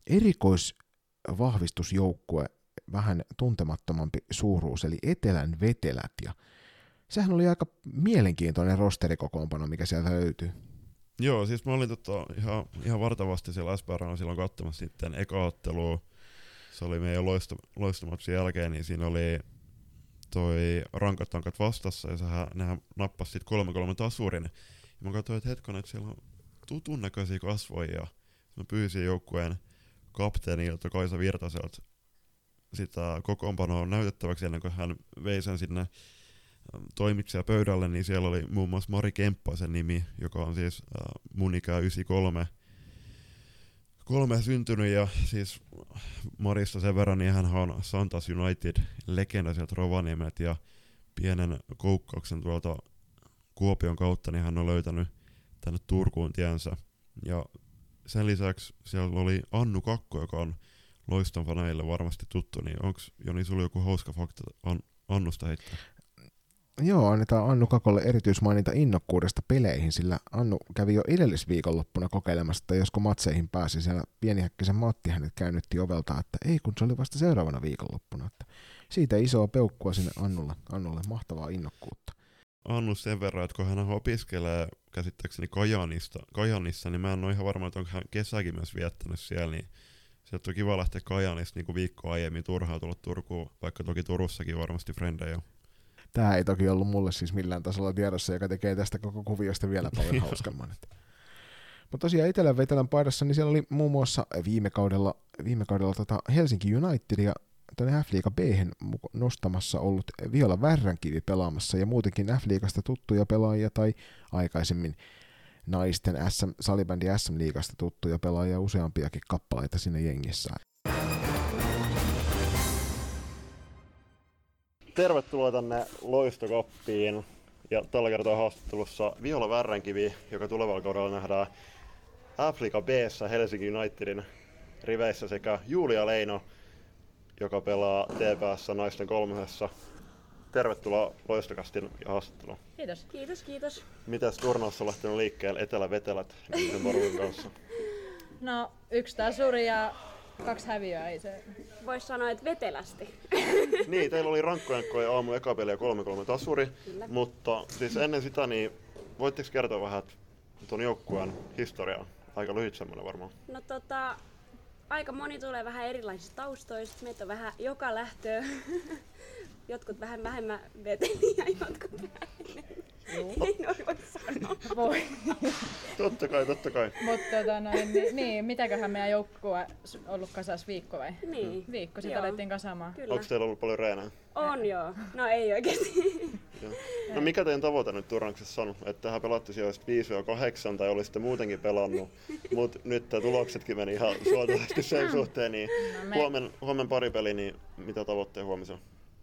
erikoisvahvistusjoukkue, vähän tuntemattomampi suuruus, eli Etelän Vetelät, ja sehän oli aika mielenkiintoinen rosterikokoonpano, mikä sieltä löytyy. Joo, siis mä olin tota ihan, ihan vartavasti siellä S P R:n silloin katsomassa sitten eka-ottelua, se oli meidän loisto, loistomatsin jälkeen, niin siinä oli toi rankat tankat vastassa, ja sehän, nehän nappasi sit kolme kolme tasurin, ja mä katsoin, että hetkonen, että siellä on tutun näköisiä kasvoja, ja mä pyysin joukkueen kapteenilta Kaisa Virtaselta sitä kokoonpanoa näytettäväksi ennen kuin hän vei sen sinne toimitsija pöydälle, niin siellä oli muun muassa Mari Kemppaisen nimi, joka on siis äh, mun ikää yhdeksänkymmentäkolme kolme syntynyt, ja siis Marista sen verran, niin hän on Santas United-legenda sieltä Rovaniemeltä, ja pienen koukkauksen tuolta Kuopion kautta, niin hän on löytänyt tänne Turkuun tiensä, ja sen lisäksi siellä oli Annu Kakko, joka on Loiston faneille varmasti tuttu, niin onko Joni sulla joku hauska fakta An- Annusta heittää? Joo, annetaan Annu Kakolle erityismaininta innokkuudesta peleihin, sillä Annu kävi jo edellisviikonloppuna kokeilemassa, että josko matseihin pääsi. Siellä pienihäkkisen Matti hänet käynnitti ovelta, että ei kun se oli vasta seuraavana viikonloppuna. Että siitä isoa peukkua sinne Annulle, Annulle mahtavaa innokkuutta. Annu sen verran, että kun hän opiskelee käsittääkseni Kajaanista, Kajaanissa, niin mä en ole ihan varma, että onko hän kesäkin myös viettänyt siellä, niin sieltä on kiva lähteä Kajaanista niin kuin viikko aiemmin, turhaa tulla Turkuun, vaikka toki Turussakin varmasti frendejä on. Tämä ei toki ollut mulle siis millään tasolla tiedossa, joka tekee tästä koko kuviosta vielä paljon hauskamman. Mutta tosiaan Etelän vetelän paidassa, niin siellä oli muun muassa viime kaudella, viime kaudella tota Helsinki Unitedia tuonne F-liiga B:hen nostamassa ollut Viola Värränkivi pelaamassa ja muutenkin F-liigasta tuttuja pelaajia tai aikaisemmin naisten S M, salibändi S M-liigasta tuttuja pelaajia useampiakin kappaleita sinne jengissä. Tervetuloa tänne Loistokappiin ja tällä kertaa haastattelussa Viola Värränkivi, joka tulevalla kaudella nähdään F-liiga B:ssä Helsinki Unitedin riveissä, sekä Julia Leino, joka pelaa T P S:ssä naisten kolmosessa. Tervetuloa Loistokastin haastatteluun. Kiitos. Kiitos, kiitos. Mitäs turnaus on lähtenyt liikkeelle Etelä-vetelät sen porukan kanssa? No, yksi tasuri ja kaksi häviöä, ei se... Vois sanoa, että vetelästi. Niin, teillä oli rankkojankkoja aamu eka peli ja kolme kolme tasuri, kyllä. Mutta siis ennen sitä, niin voitteko kertoa vähän tuon joukkueen historiaa? Aika lyhyt semmoinen varmaan. No tota, aika moni tulee vähän erilaisista taustoista. Meitä on vähän joka lähtöä. Jotkut vähän vähemmän veteliä, jotkut vähän enemmän. Ei noin voi sanoa. Voi. Totta kai, totta kai. Mutta tota noin, niin, niin, mitäköhän meidän joukkue ollut kasas viikko vai? Niin. Viikko sitten alettiin kasaamaan. Kyllä. Onko teillä ollut paljon reenää? On joo. No ei oikeesti. No mikä teidän tavoite nyt turnauksessa on? Että tähän pelattu sijoista viisi kahdeksan tai olisitte muutenkin pelannut, mutta nyt tuloksetkin meni ihan suotuisesti sen suhteen, niin no me... huomen, huomen pari peli, niin mitä tavoitteet huomiseen?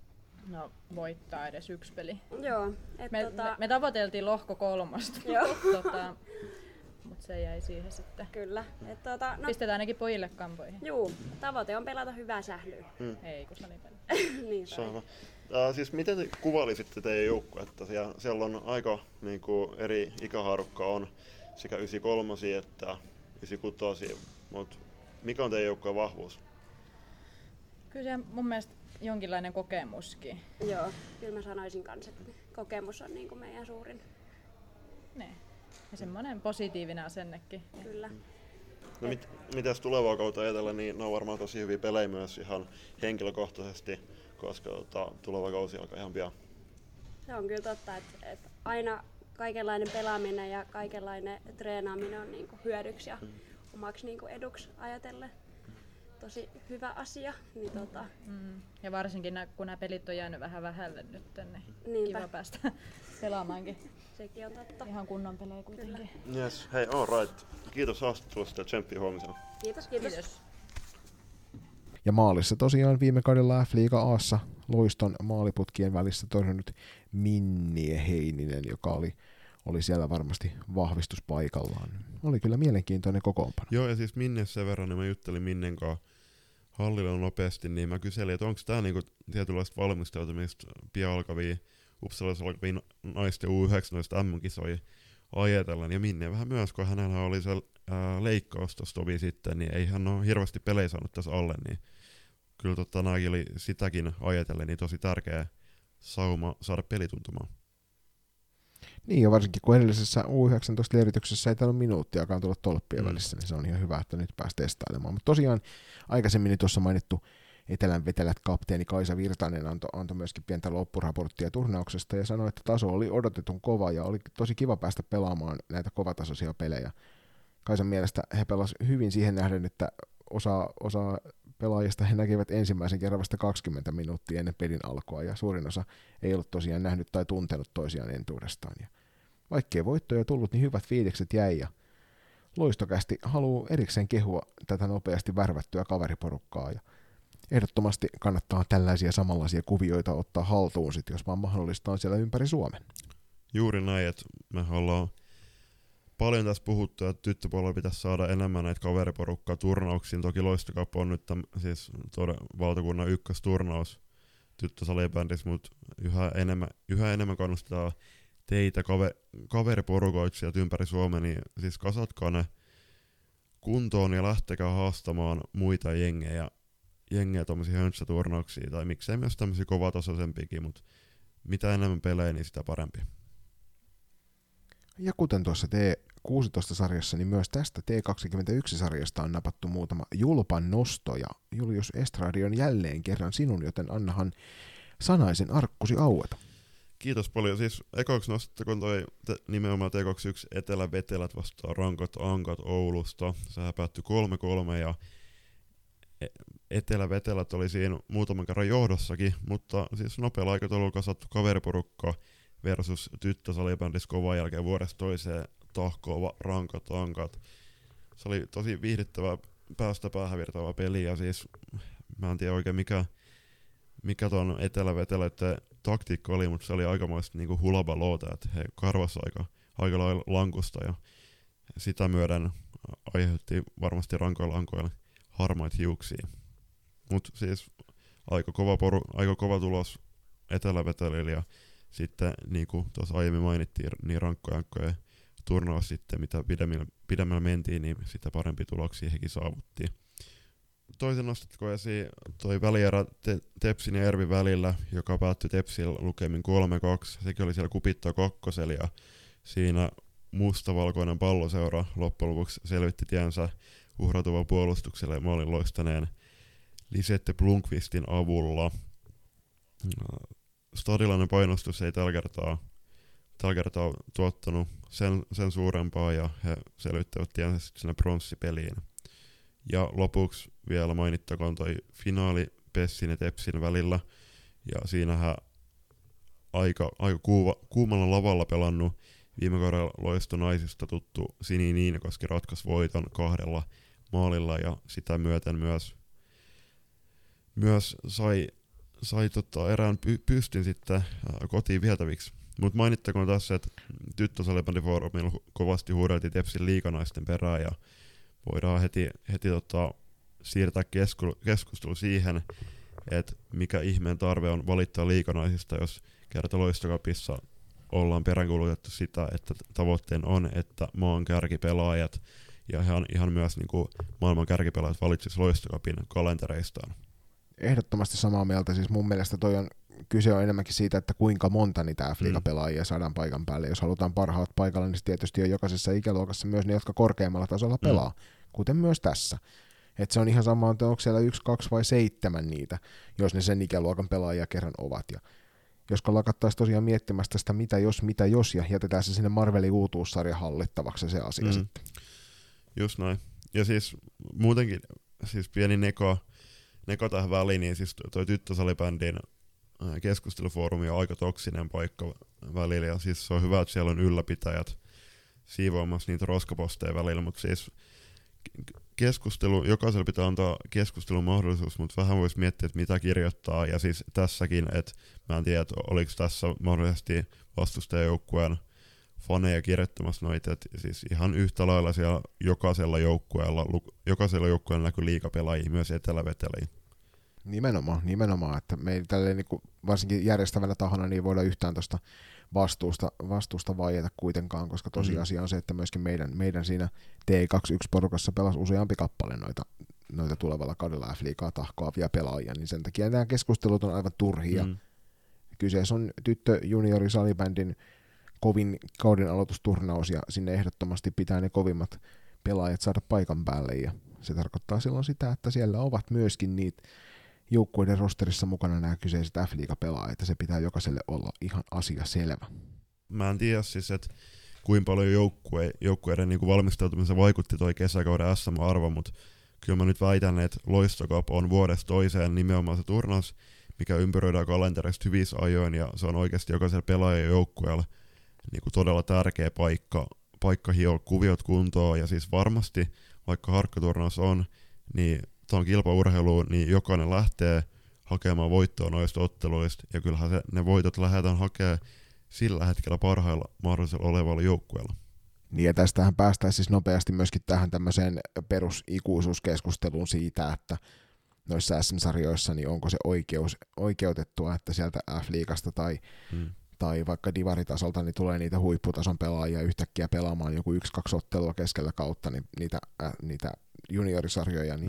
No voittaa edes yksi peli. Joo. Et me, tota... me, me tavoiteltiin lohko kolmosta, tota, mutta se jäi siihen sitten. Kyllä. Et tota, no... Pistetään ainakin pojille kampoihin. Juu, tavoite on pelata hyvää sählyä. Hmm. Ei kun salipeli. Niin uh, siis miten te kuvailisitte teidän joukkuetta? Siellä, siellä on aika niin kuin, eri ikähaarukka on sekä yhdeksänkymmentäkolme että yhdeksänkymmentäkuusi, mutta mikä on teidän joukkueen vahvuus? Kyllä se mun mielestä jonkinlainen kokemuskin. Joo, kyllä mä sanoisin kanssa, että kokemus on niin kuin meidän suurin. Ne. Ja semmoinen positiivinen asennekin. Kyllä. No mit, mitäs tulevaa kautta ajatella, niin ne on varmaan tosi hyviä pelejä myös ihan henkilökohtaisesti, koska tota, tuleva kausi alkaa ihan pian. Se on kyllä totta, että, että aina kaikenlainen pelaaminen ja kaikenlainen treenaaminen on niin kuin hyödyksi ja mm. omaksi niin kuin eduksi ajatellen. Tosi hyvä asia. Niin tota... mm. Ja varsinkin nää, kun nämä pelit on jäänyt vähän vähälle nyt, niin Niinpä. Kiva päästä pelaamaankin. Sekin on totta. Ihan kunnon pelejä kuitenkin. Yes, hei, all right. Kiitos haastattelusta ja tsemppiä huomisena. Kiitos, kiitos. Kiitos. Ja maalissa tosiaan viime kaudella F-liiga A:ssa Loiston maaliputkien välissä torjunut Minnie Heininen, joka oli, oli siellä varmasti vahvistuspaikallaan. Oli kyllä mielenkiintoinen kokoonpano. Joo, ja siis Minne sen verran, niin mä juttelin Minnen kanssa hallilla nopeasti, niin mä kyselin, että onko tää niinku tietynlaista valmistautumista pian alkavia, Uppsalassa alkavia naisten U yhdeksäntoista M M-kisoja ajatellen. Ja Minne vähän myös, kun hänellä oli se ää, leikkaus tossa tovi sitten, niin ei hän ole hirveästi pelejä saanut tässä alle, niin kyllä totta nääkin oli sitäkin ajatellen niin tosi tärkeä sauma saada pelituntumaan. Niin, ja varsinkin kun edellisessä U yhdeksäntoista-lierityksessä ei tainnut minuuttiakaan tulla tolppien mm. välissä, niin se on ihan hyvä, että nyt pääsi testailemaan. Mutta tosiaan aikaisemmin tuossa mainittu Etelän vetelät kapteeni Kaisa Virtanen antoi anto myöskin pientä loppuraporttia turnauksesta ja sanoi, että taso oli odotetun kova ja oli tosi kiva päästä pelaamaan näitä kovatasoisia pelejä. Kaisan mielestä he pelasivat hyvin siihen nähden, että osa, osa pelaajista he näkivät ensimmäisen kerran vasta kaksikymmentä minuuttia ennen pelin alkua ja suurin osa ei ollut tosiaan nähnyt tai tuntenut toisiaan entuudestaan. Ja vaikkei voittoja tullut, niin hyvät fiilikset jäi ja Loistokästi haluaa erikseen kehua tätä nopeasti värvättyä kaveriporukkaa ja ehdottomasti kannattaa tällaisia samanlaisia kuvioita ottaa haltuun sit, jos vaan mahdollista on siellä ympäri Suomen. Juuri näin, että me ollaan paljon tässä puhuttu, että tyttöpuolella pitäisi saada enemmän näitä kaveriporukkaa turnauksiin. Toki Loistokappi on nyt täm, siis toden, valtakunnan ykkösturnaus tyttösalibändissä, mutta yhä enemmän, yhä enemmän kannustetaan teitä kaver, kaveriporukoiksi sieltä ympäri Suomen, niin siis kasatkaa ne kuntoon ja lähtekää haastamaan muita jengejä. jengejä tommosia höntsäturnauksia, tai miksei myös tämmösiä kovatasoisempiakin, mutta mitä enemmän pelejä, niin sitä parempi. Ja kuten tuossa T kuusitoista-sarjassa, niin myös tästä T kaksikymmentäyksi-sarjasta on napattu muutama julpan nosto, ja Julius Estradi on jälleen kerran sinun, joten annahan sanaisen arkkusi aueta. Kiitos paljon. Siis ekoiksi nostettakoon toi te, nimenomaan T kaksikymmentäyksi Etelä-Vetelät vastaan Rankat Ankat Oulusta. Sehän päättyi kolme kolme ja Etelä-Vetelät oli siinä muutaman kerran johdossakin, mutta siis nopealla aikataululla kasattu kaveriporukka versus tyttösalibändissä kovan jälkeen vuodesta toiseen tahkoava Rankat Ankat. Se oli tosi viihdyttävää päästä päähän virtaavaa peliä, ja siis mä en tiedä oikein mikä, mikä ton Etelä-Veteleiden taktiikka oli, mutta se oli aikamoista niinku hulabaloota, että he karvasi aika, aika lailla lankusta, ja sitä myöden aiheutti varmasti rankoilla ankoille harmaita hiuksia. Mut siis aika kova, poru, aika kova tulos Etelä-Vetelillä, ja sitten niinku tuossa aiemmin mainittiin, niin rankkoja ankkoja turnaus sitten, mitä pidemmällä, pidemmällä mentiin, niin sitä parempi tuloksia hekin saavuttiin. Toisen nostetko esiin toi välierä te- Tepsin ja Ervin välillä, joka päättyi Tepsillä lukemin kolme kaksi. Sekin oli siellä Kupitto kakkosella, ja siinä mustavalkoinen palloseura loppujen lopuksi selvitti tiensä uhratuvan puolustukselle maalin loistaneen Lisette Blomqvistin avulla. Stadilainen painostus ei tällä kertaa, tällä kertaa tuottanut sen, sen suurempaa, ja he selvittävät tiensä sitten sinne pronssipeliin. Ja lopuksi vielä mainittakoon toi finaali Pessin ja Tepsin välillä, ja siinähän aika, aika kuuva, kuumalla lavalla pelannut viime kaudella Loistonaisista tuttu Sini Niinakoski ratkaisi voiton kahdella maalilla, ja sitä myöten myös, myös sai, sai tota erään py, pystin sitten äh, kotiin vietäviksi. Mutta mainittakoon tässä, että tyttösalibändifoorumilla kovasti huudeltiin Tepsin liiganaisten perään, ja voidaan heti, heti tota, siirtää kesku, keskustelu siihen, että mikä ihmeen tarve on valittaa liiganaisista, jos kerta Loistokapissa ollaan peräänkuulutettu sitä, että tavoitteen on, että maan kärkipelaajat ja ihan, ihan myös niin kuin maailman kärkipelaajat valitsisi Loistokapin kalentereistaan. Ehdottomasti samaa mieltä. Siis mun mielestä toi on, kyse on enemmänkin siitä, että kuinka monta niitä F-liigapelaajia saadaan paikan päälle. Jos halutaan parhaat paikalla, niin tietysti on jokaisessa ikäluokassa myös ne, jotka korkeammalla tasolla pelaa, mm. kuten myös tässä. Et se on ihan sama, että onko siellä yksi, kaksi vai seitsemän niitä, jos ne sen ikäluokan pelaajia kerran ovat. Ja jos lakattaisiin tosiaan miettimästä sitä mitä jos, mitä jos, ja jätetään se sinne Marvelin uutuussarjan hallittavaksi se asia mm. sitten. Just näin. Ja siis muutenkin, siis pieni neko, neko tähän väliin, niin siis toi tyttösalibändin keskustelufoorumi on aika toksinen paikka välillä, ja siis se on hyvä, että siellä on ylläpitäjät siivoamassa niitä roskaposteja välillä, mutta siis keskustelu, jokaisella pitää antaa keskustelun mahdollisuus, mutta vähän voisi miettiä, että mitä kirjoittaa, ja siis tässäkin, että mä en tiedä, että oliko tässä mahdollisesti vastustajajoukkueen faneja kirjoittamassa noita, että siis ihan yhtä lailla siellä jokaisella joukkueella, jokaisella joukkueella näkyy liigapelaajia, myös Etelä-Veteliin. Nimenomaan, nimenomaan, että me ei tälleen niin kuin varsinkin järjestävänä tahona niin voida yhtään tuosta vastuusta, vastuusta vaieta kuitenkaan, koska tosiasia on se, että myöskin meidän, meidän siinä T kaksikymmentäyksi-porukassa pelasi useampi kappale noita, noita tulevalla kaudella F-liigaa tahkoavia pelaajia, niin sen takia nämä keskustelut on aivan turhia. Mm. Kyseessä on tyttö juniori salibändin kovin kauden aloitusturnaus, ja sinne ehdottomasti pitää ne kovimmat pelaajat saada paikan päälle, ja se tarkoittaa silloin sitä, että siellä ovat myöskin niitä joukkueiden rosterissa mukana nämä kyseiset F-liigapelaajat, että se pitää jokaiselle olla ihan asia selvä. Mä en tiedä siis, että kuinka paljon joukkue, joukkueiden niin valmistautumisen vaikutti toi kesäkauden S M-arvo, mutta kyllä mä nyt väitän, että Loistokap on vuodesta toiseen nimenomaan se turnaus, mikä ympäröidään kalenterista hyvissä ajoin, ja se on oikeasti jokaisella pelaajan joukkueella niin todella tärkeä paikka, paikka hioa kuviot kuntoon, ja siis varmasti, vaikka harkkaturnaus on, niin tuon kilpaurheiluun, niin jokainen lähtee hakemaan voittoa noista otteluista, ja kyllähän se, ne voitot lähdetään hakemaan sillä hetkellä parhailla mahdollisella olevalla joukkueella. Niin, ja tästähän päästään siis nopeasti myöskin tähän tämmöiseen perusikuisuuskeskusteluun siitä, että noissa S M-sarjoissa, niin onko se oikeus, oikeutettua, että sieltä F-liigasta tai, hmm. tai vaikka divaritasolta niin tulee niitä huipputason pelaajia yhtäkkiä pelaamaan joku yksi, kaksi ottelua keskellä kautta, niin niitä, äh, niitä juniorisarjoja, niin hmm.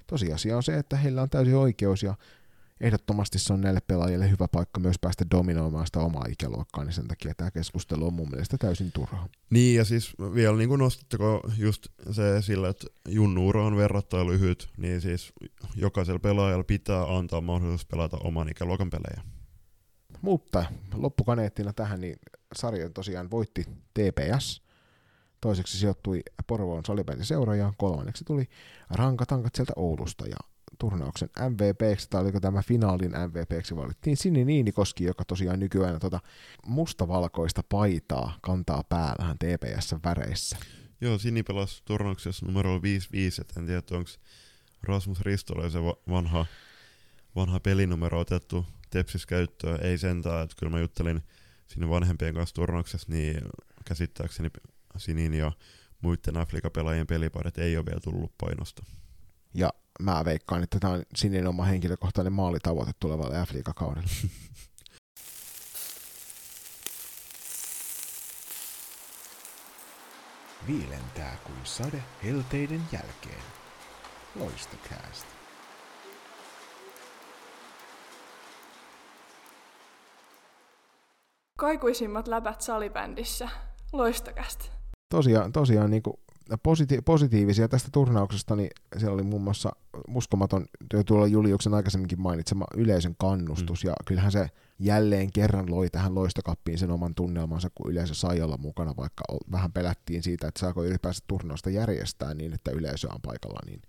tosiasia on se, että heillä on täysin oikeus ja ehdottomasti se on näille pelaajille hyvä paikka myös päästä dominoimaan sitä omaa ikäluokkaa, niin sen takia tämä keskustelu on mun mielestä täysin turhaa. Niin, ja siis vielä niin nostatteko just se esille, että junnuura on verrattain lyhyt, niin siis jokaisella pelaajalla pitää antaa mahdollisuus pelata oman ikäluokan pelejä. Mutta loppukaneettina tähän, niin sarjan tosiaan voitti T P S, toiseksi sijoittui Porvoon salibändiseura ja kolmanneksi tuli Rankatankat sieltä Oulusta ja turnauksen M V P:ksi, tai oliko tämä finaalin M V P:ksi, valittiin Sini Niinikoski, joka tosiaan nykyään tuota mustavalkoista paitaa kantaa päällähän T P S:n väreissä. Joo, Sini pelasi turnauksessa numero viisi viisi, et en tiedä, onko Rasmus Ristola se vanha, vanha pelinumero otettu Tepsis käyttöön, ei sentään, että kyllä mä juttelin sinne vanhempien kanssa turnauksessa, niin käsittääkseni Sinin ja muiden Afrika-pelaajien peliparit ei ole vielä tullut painosta. Ja mä veikkaan, että tämä on Sinin oma henkilökohtainen maalitavoite tulevalle F-liigakaudelle. Viilentää kuin sade helteiden jälkeen. Loistokääst. Kaikuisimmat läpät salibändissä. Loistokästä. Tosiaan, tosiaan niin kuin positi- positiivisia tästä turnauksesta, niin siellä oli muun muassa uskomaton, tuolla Juliuksen aikaisemminkin mainitsema yleisön kannustus, mm. ja kyllähän se jälleen kerran loi tähän Loistokappiin sen oman tunnelmansa, kun yleisö sai olla mukana, vaikka vähän pelättiin siitä, että saako ylipäänsä turnausta järjestää niin, että yleisö on paikalla, niin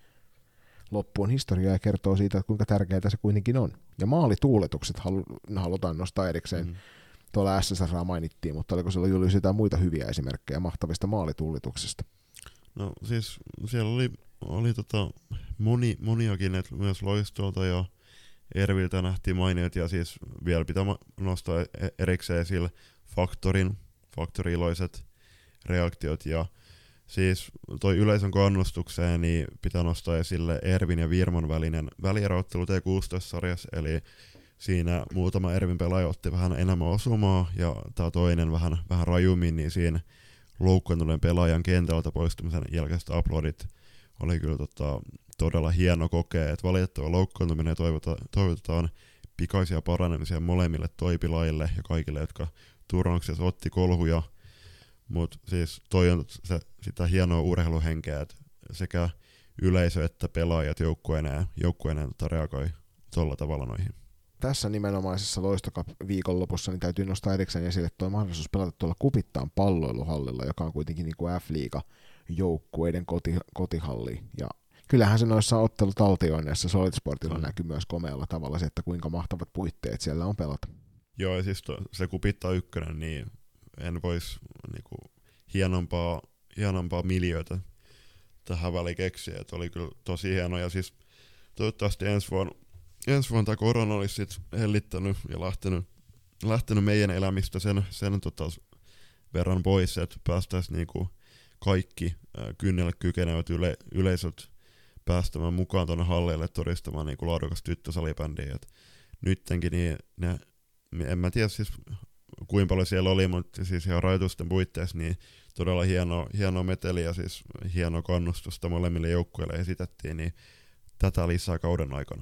loppu on historiaa ja kertoo siitä, että kuinka tärkeää se kuitenkin on. Ja maalituuletukset halu- halutaan nostaa erikseen. Mm. Tuolla S S R mainittiin, mutta oliko siellä Julius jotain muita hyviä esimerkkejä mahtavista maalituulituksista? No siis siellä oli, oli tota moni, moniakin, että myös Loistolta ja Erviltä nähtiin mainiot, ja siis vielä pitää nostaa erikseen esille Faktorin, faktoriloiset reaktiot, ja siis toi yleisön kannustukseen niin pitää nostaa esille Ervin ja Virmon välinen välierottelu T kuusitoista-sarjassa, eli siinä muutama Ervin pelaaja otti vähän enemmän osumaa, ja tämä toinen vähän, vähän rajummin, niin siinä loukkaantuneen pelaajan kentältä poistumisen jälkeiset uploadit oli kyllä tota, todella hieno kokea, että valitettava loukkaantuminen toivotaan, toivotetaan pikaisia paranemisia molemmille toipilaille ja kaikille, jotka turnauksessa otti kolhuja, mutta siis toi on se, sitä hienoa urheiluhenkeä, että sekä yleisö että pelaajat joukkueineen, joukkueineen tota reagoi tuolla tavalla noihin. Tässä nimenomaisessa Loistokap-viikonlopussa niin täytyy nostaa erikseen esille tuo mahdollisuus pelata tuolla Kupittaan palloiluhallilla, joka on kuitenkin niin kuin F-liiga-joukkueiden koti, kotihalli. Ja kyllähän se noissa ottelutaltioinneissa Solid Sportilla mm. näkyy myös komealla tavalla se, että kuinka mahtavat puitteet siellä on pelata. Joo, ja siis to, se Kupittaa ykkönen, niin en voisi niinku hienompaa, hienompaa miljöitä tähän väliin keksiä, että oli kyllä tosi hieno, ja siis toivottavasti ensi vuonna Ensi vuonna tämä korona olisi sit hellittänyt ja lähtenyt, lähtenyt meidän elämistä sen, sen tota verran pois, että päästäisiin niinku kaikki äh, kynnelle kykenevät yle, yleisöt päästämään mukaan tuonne halleille todistamaan niinku laadukas tyttösalibändiä. Et nyttenkin niin ne, en mä tiedä siis kuinka paljon siellä oli, mutta siis ihan rajoitusten puitteissa niin todella hieno, hieno meteli ja siis hieno kannustusta molemmille joukkueille esitettiin, niin tätä lisää kauden aikana.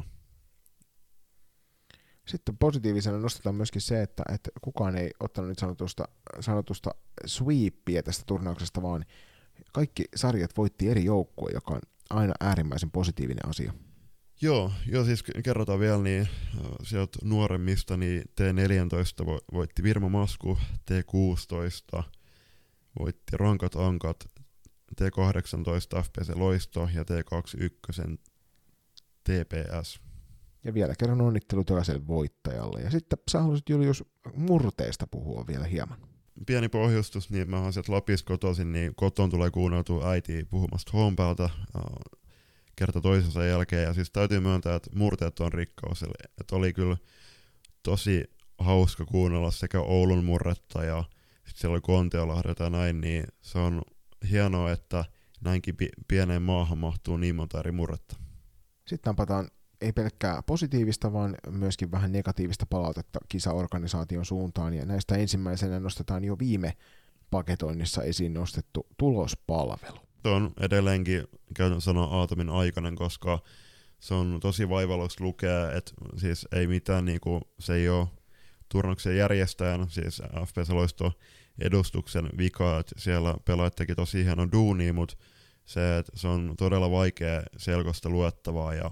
Sitten positiivisena nostetaan myöskin se, että, että kukaan ei ottanut nyt sanotusta, sanotusta sweepia tästä turnauksesta, vaan kaikki sarjat voitti eri joukkue, joka on aina äärimmäisen positiivinen asia. Joo, joo siis kerrotaan vielä, niin sieltä nuoremmista niin T neljätoista voitti Virmo Masku, T kuusitoista voitti Rankat Ankat, T kahdeksantoista F P C Loisto ja T kaksikymmentäyksi T P S. Ja vielä kerran onnittelut jokaiselle voittajalle. Ja sitten sä haluaisit Julius murteesta puhua vielä hieman. Pieni pohjustus, niin mä oon sieltä Lapista kotoisin, niin koton tulee kuunneltua äitiä puhumasta homepäältä kerta toisensa jälkeen. Ja siis täytyy myöntää, että murteet on rikkaus. Eli, että oli kyllä tosi hauska kuunnella sekä Oulun murretta ja sitten siellä oli Kontiolahdet ja näin, niin se on hienoa, että näinkin pi- pieneen maahan mahtuu niin monta eri murretta. Sitten napataan ei pelkkää positiivista, vaan myöskin vähän negatiivista palautetta kisaorganisaation suuntaan, ja näistä ensimmäisenä nostetaan jo viime paketoinnissa esiin nostettu tulospalvelu. Se on edelleenkin käytän sanaa aatomin aikainen, koska se on tosi vaivalloista lukea, että siis ei mitään, niinku, se ei ole turnauksen järjestäjän, siis F P S Loisto edustuksen vika, että siellä pelaajat teki tosi hienon duunia, mutta se, että se on todella vaikea selkoista luettavaa ja, ja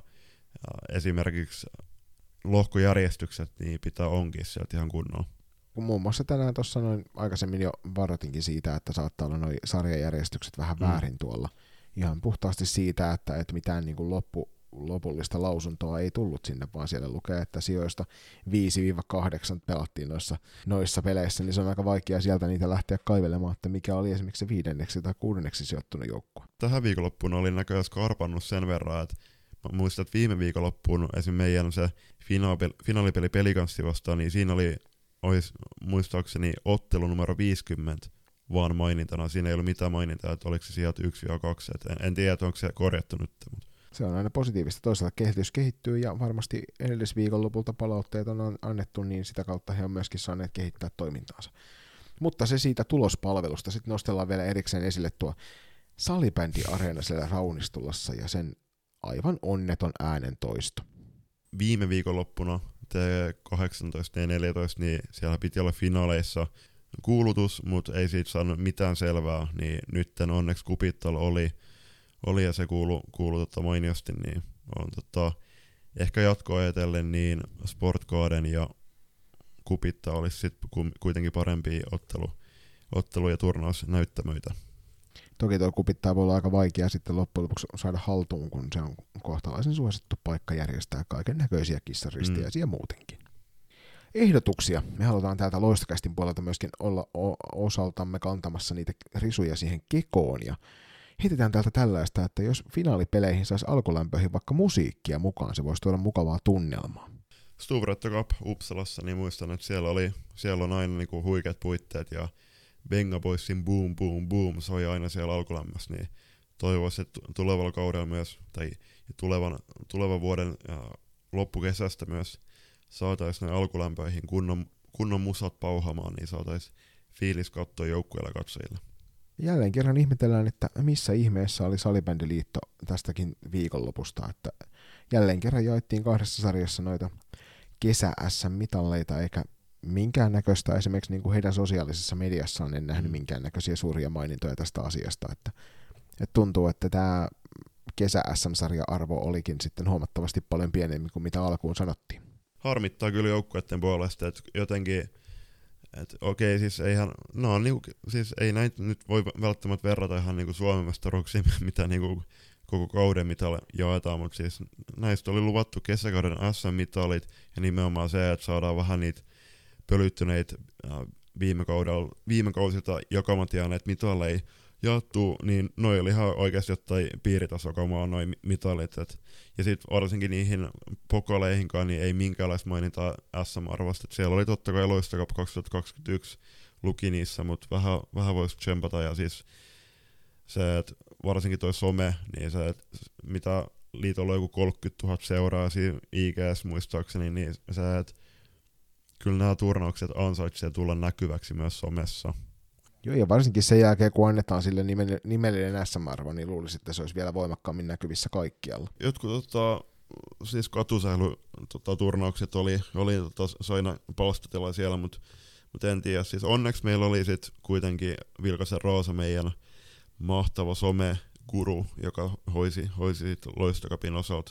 esimerkiksi lohkojärjestykset niin pitää onkin sieltä ihan kunnolla. Kun muun muassa tänään tuossa noin aikaisemmin jo varoitinkin siitä, että saattaa olla nuo sarjajärjestykset vähän mm. väärin tuolla. Ihan puhtaasti siitä, että, että mitään niin kuin loppu, lopullista lausuntoa ei tullut sinne, vaan siellä lukee, että sijoista viisi kahdeksan pelattiin noissa, noissa peleissä, niin se on aika vaikea sieltä niitä lähteä kaivelemaan, että mikä oli esimerkiksi se viidenneksi tai kuudenneksi sijoittunut joukkue. Tähän viikonloppuun oli näköjään skarpannut sen verran, että mä muistan, että viime viikonloppuun esimerkiksi meidän se finaalipeli Pelikanssi vastaan, niin siinä oli olisi muistaakseni ottelu numero viisikymmentä vaan mainintana. Siinä ei ollut mitään mainintaa, että oliko se sieltä yksi kaksi. En, en tiedä, onko se korjattu nyt. Mutta. Se on aina positiivista. Toisaalta kehitys kehittyy ja varmasti edellisviikonlopulta palautteet on annettu, niin sitä kautta he on myöskin saaneet kehittää toimintaansa. Mutta se siitä tulospalvelusta. Sitten nostellaan vielä erikseen esille tuo salibändiareena siellä Raunistulassa ja sen aivan onneton äänentoisto. Viime viikonloppuna T kahdeksantoista ja neljätoista, niin siellä piti olla finaaleissa kuulutus, mutta ei siitä saanut mitään selvää, niin nytten onneksi Kupittalo oli, oli ja se kuului, kuului tota mainiosti, niin on tota, ehkä jatkoa ajatellen, niin Sport Garden ja Kupitta olisi sitten kuitenkin parempia ottelu, ottelu- ja turnausnäyttämöitä. Toki tuo Kupittaa voi olla aika vaikea sitten loppujen lopuksi saada haltuun, kun se on kohtalaisen suosittu paikka järjestää kaiken näköisiä kissaristiäisiä mm. muutenkin. Ehdotuksia. Me halutaan täältä Loistokästin puolelta myöskin olla o- osaltamme kantamassa niitä risuja siihen kekoon, ja heitetään täältä tällaista, että jos finaalipeleihin saisi alkulämpöihin vaikka musiikkia mukaan, se voisi tuoda mukavaa tunnelmaa. Stuvretto Cup Uppsalassa, niin muistan, että siellä, oli, siellä on aina niinku huikeat puitteet, ja Benga Boysin Boom Boom Boom soi aina siellä alkulämmössä, niin toivoisin, että tulevalla kaudella myös, tai tulevan, tulevan vuoden ja loppukesästä myös saataisiin ne alkulämpöihin kunnon, kunnon musat pauhamaan, niin saataisiin fiilis katsoa joukkueilla katsojille. Jälleen kerran ihmetellään, että missä ihmeessä oli Salibändiliitto tästäkin viikonlopusta, että jälleen kerran jaettiin kahdessa sarjassa noita kesä-S M-mitalleita, eikä minkäännäköistä, esimerkiksi niin kuin heidän sosiaalisessa mediassaan en nähnyt minkäännäköisiä suuria mainintoja tästä asiasta, että, että tuntuu, että tämä kesä-S M-sarja-arvo olikin sitten huomattavasti paljon pienempi kuin mitä alkuun sanottiin. Harmittaa kyllä joukkueiden puolesta, että jotenkin, että okei, siis eihän, no niin, siis ei näitä nyt voi välttämättä verrata ihan niin kuin Suomen mestaruuksiin, mitä niin kuin koko kauden mitalle jaetaan, mutta siis näistä oli luvattu kesäkauden S M-mitalit ja nimenomaan se, että saadaan vähän niitä pölyttyneitä viime, kaudella, viime kausilta jakamat jääneet mitalleja jaettu, niin noi oli ihan oikeasti jotain piiritasokamaa noi mitalit. Et, ja sitten varsinkin niihin pokaleihinkaan niin ei minkäänlaista mainintaa S M-arvosta. Siellä oli totta kai Loisto Cup kaksituhattakaksikymmentäyksi luki niissä, mutta vähän, vähän voisi tsempata. Ja siis se, että varsinkin toi some, niin se, että mitä liitolla on joku kolmekymmentätuhatta seuraa siinä I G S muistaakseni, niin se, että kyllä nämä turnaukset ansaitsee tulla näkyväksi myös somessa. Joo, ja varsinkin sen jälkeen, kun annetaan sille nimellinen S M-arvo, niin luulisin, että se olisi vielä voimakkaammin näkyvissä kaikkialla. Jotkut tota, siis katusääly-turnaukset tota, oli, oli tota, saina palstatila siellä, mutta mut en tiedä. Siis onneksi meillä oli sit kuitenkin Vilkasen Roosa, meidän mahtava some-guru, joka hoisi, hoisi Loisto Cupin osalta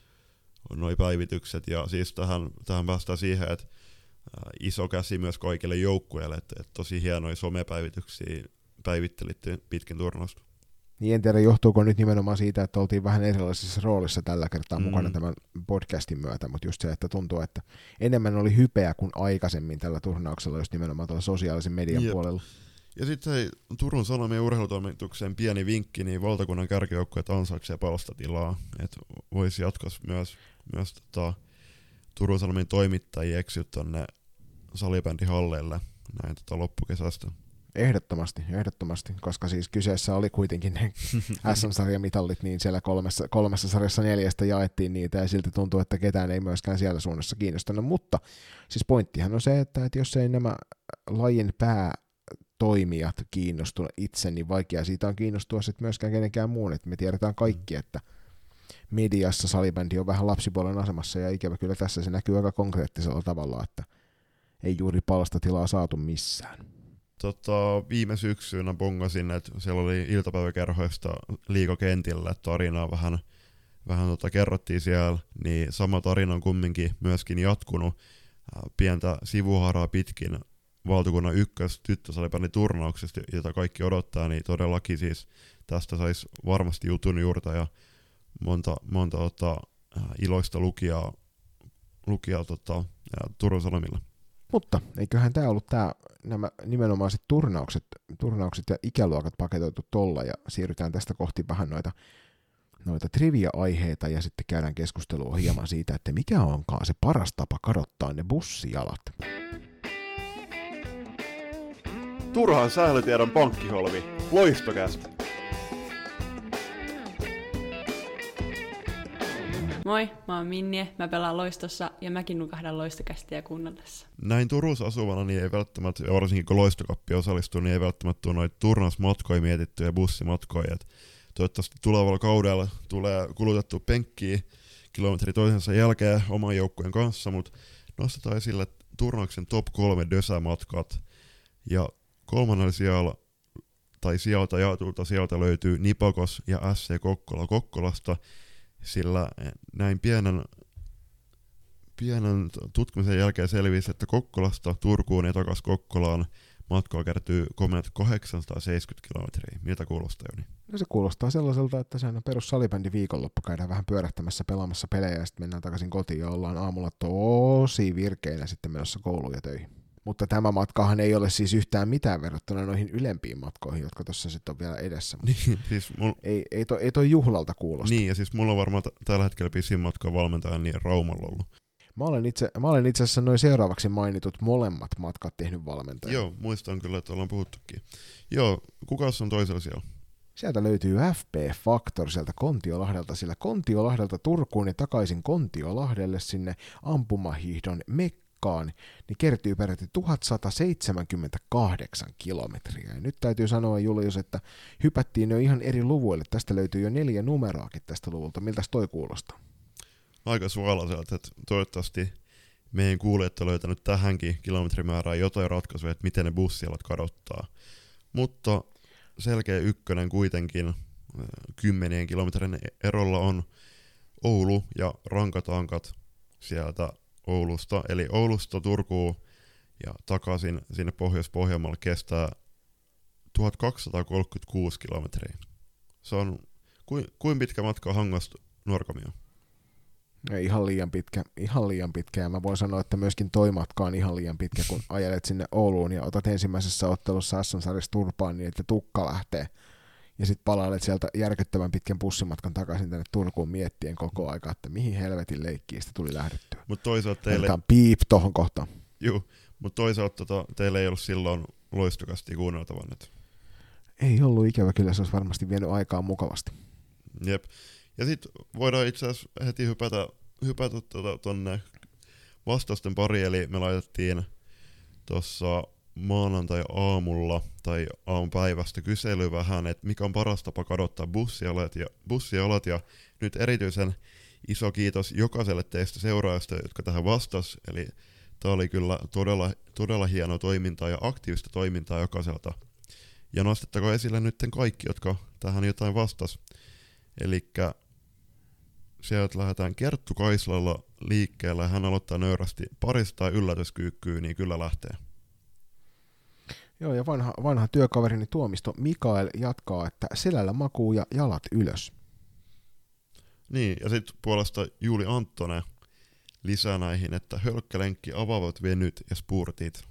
noi päivitykset. Ja siis tähän, tähän päästään siihen, että iso käsi myös kaikille joukkueille, että, että tosi hienoja somepäivityksiä päivittelitte pitkin turnausta. Niin en tiedä, johtuuko nyt nimenomaan siitä, että oltiin vähän erilaisessa roolissa tällä kertaa mm. mukana tämän podcastin myötä, mutta just se, että tuntuu, että enemmän oli hypeä kuin aikaisemmin tällä turnauksella, just nimenomaan tuolla sosiaalisen median Jep. puolella. Ja sitten Turun Sanomien urheilutoimituksen pieni vinkki, niin valtakunnan kärkijoukkueet ansaitsee palstatilaa, että voisi jatkossa myös, myös tota, Turun Sanomien toimittajia eksyä tuonne salibändihalleille näin tota loppukesästä. Ehdottomasti, ehdottomasti, koska siis kyseessä oli kuitenkin ne S M-sarjan mitallit, niin siellä kolmessa, kolmessa sarjassa neljästä jaettiin niitä, ja silti tuntuu, että ketään ei myöskään siellä suunnassa kiinnostanut, mutta siis pointtihan on se, että, että jos ei nämä lajin päätoimijat kiinnostu itse, niin vaikea siitä on kiinnostua sitten myöskään kenenkään muun, että me tiedetään kaikki, että mediassa salibändi on vähän lapsipuolen asemassa, ja ikävä kyllä tässä se näkyy aika konkreettisella tavalla, että ei juuri palstatilaa saatu missään. Tota, viime syksynä bongasin, että siellä oli iltapäiväkerhoista liigakentillä tarinaa vähän, vähän tota kerrottiin siellä, niin sama tarina on kumminkin myöskin jatkunut pientä sivuharaa pitkin valtakunnan ykkös tyttösalibändin turnauksesta, jota kaikki odottaa, niin todellakin siis tästä saisi varmasti jutun juurta ja monta, monta tota, iloista lukijaa, lukijaa tota, Turun Sanomilla. Mutta eiköhän tämä ollut tää, nämä nimenomaiset turnaukset, turnaukset ja ikäluokat paketoitu tolla, ja siirrytään tästä kohti vähän noita, noita trivia-aiheita, ja sitten käydään keskustelua hieman siitä, että mikä onkaan se paras tapa kadottaa ne bussijalat. Turhan sählytiedon pankkiholvi, Loistokästä. Moi, mä oon Minnie, mä pelaan Loistossa ja mäkin nukahdan Loistokästiä kuunnellessa. Näin Turussa asuvana, niin ei välttämättä, ja varsinkin kun Loistokappi osallistuu, niin ei välttämättä tule noita turnausmatkoja mietittyjä ja bussimatkoja. Et toivottavasti tulevalla kaudella tulee kulutettua penkkiä kilometri toisensa jälkeen oman joukkueen kanssa, mutta nostetaan esille turnauksen top kolme dösämatkat. Ja kolmannella sijalla, tai sieltä jaetulta sieltä löytyy Nipakos ja S C Kokkola Kokkolasta, sillä näin pienen, pienen tutkimisen jälkeen selvisi, että Kokkolasta Turkuun ja takaisin Kokkolaan matkaa kertyy komeat kahdeksansataaseitsemänkymmentä kilometriä. Miltä kuulostaa, Joni? No se kuulostaa sellaiselta, että sehän on perus salibändi viikonloppu, käydään vähän pyörähtämässä, pelaamassa pelejä ja sitten mennään takaisin kotiin ja ollaan aamulla tosi virkeinä sitten menossa kouluun ja töihin. Mutta tämä matkahan ei ole siis yhtään mitään verrattuna noihin ylempiin matkoihin, jotka tuossa sitten on vielä edessä. Niin, siis mul... ei, ei, toi, ei toi juhlalta kuulosta. Niin, ja siis mulla on varmaan t- tällä hetkellä pisin matkaa valmentajan niin Raumalla ollut. Mä olen itse, mä olen itse asiassa noin seuraavaksi mainitut molemmat matkat tehnyt valmentajan. Joo, muistan kyllä, että ollaan puhuttukin. Joo, kukas on toisella siellä? Sieltä löytyy F P Factor sieltä Kontiolahdelta, sillä Kontiolahdelta Turkuun ja takaisin Kontiolahdelle sinne ampumahiihdon Mekkaan, niin kertyy peräti tuhatsataseitsemänkymmentäkahdeksan kilometriä. Ja nyt täytyy sanoa, Julius, että hypättiin jo ihan eri luvuille. Tästä löytyy jo neljä numeraakin tästä luvulta. Miltäs toi kuulostaa? Aika suolaiselta, että toivottavasti meidän kuulijat on löytänyt tähänkin kilometrimäärään jotain ratkaisuja, että miten ne bussialat kadottaa. Mutta selkeä ykkönen kuitenkin kymmenien kilometrin erolla on Oulu ja Rankatankat sieltä Oulusta. Eli Oulusta Turkuun ja takaisin sinne Pohjois-Pohjanmaalle kestää tuhatkaksisataakolmekymmentäkuusi kilometriä. Se on kuin, kuin pitkä matka Hangasta Nuorgamioon? Ei ihan liian pitkä, ihan liian pitkä, ja mä voin sanoa, että myöskin toi matka on ihan liian pitkä, kun ajelet sinne Ouluun ja otat ensimmäisessä ottelussa S M-sarjassa turpaan niin, että tukka lähtee, ja sitten palailet sieltä järkyttävän pitkän bussimatkan takaisin tänne Turkuun miettien koko aika, että mihin helvetin leikkiin sitä tuli lähdettyä. Mut toisaalta teille... Otetaan piip tohon kohtaan. Juu, mutta toisaalta tota, teillä ei ollut silloin Loistokastia kuunneltavan nyt. Ei ollut ikävä, kyllä se olisi varmasti vienyt aikaa mukavasti. Jep. Ja sitten voidaan itse asiassa heti hypätä, hypätä tuota, tonne vastausten pari, eli me laitettiin tuossa maanantai-aamulla tai aamupäivästä kysely vähän, että mikä on paras tapa kadottaa bussialat ja, bussialat, ja nyt erityisen iso kiitos jokaiselle teistä seuraajista, jotka tähän vastasi, eli tämä oli kyllä todella, todella hienoa toimintaa ja aktiivista toimintaa jokaiselta. Ja nostettakoon esille nyt kaikki, jotka tähän jotain vastas. Elikkä sieltä lähdetään Kerttu Kaislalla liikkeelle, hän aloittaa nöyrästi parista tai yllätyskyykkyä, niin kyllä lähtee. Joo, ja vanha, vanha työkaverini Tuomisto Mikael jatkaa, että selällä makuu ja jalat ylös. Niin, ja sitten puolesta Juuli Anttonen lisää näihin, että hölkkälenkki, avaavat venyt ja spurtit.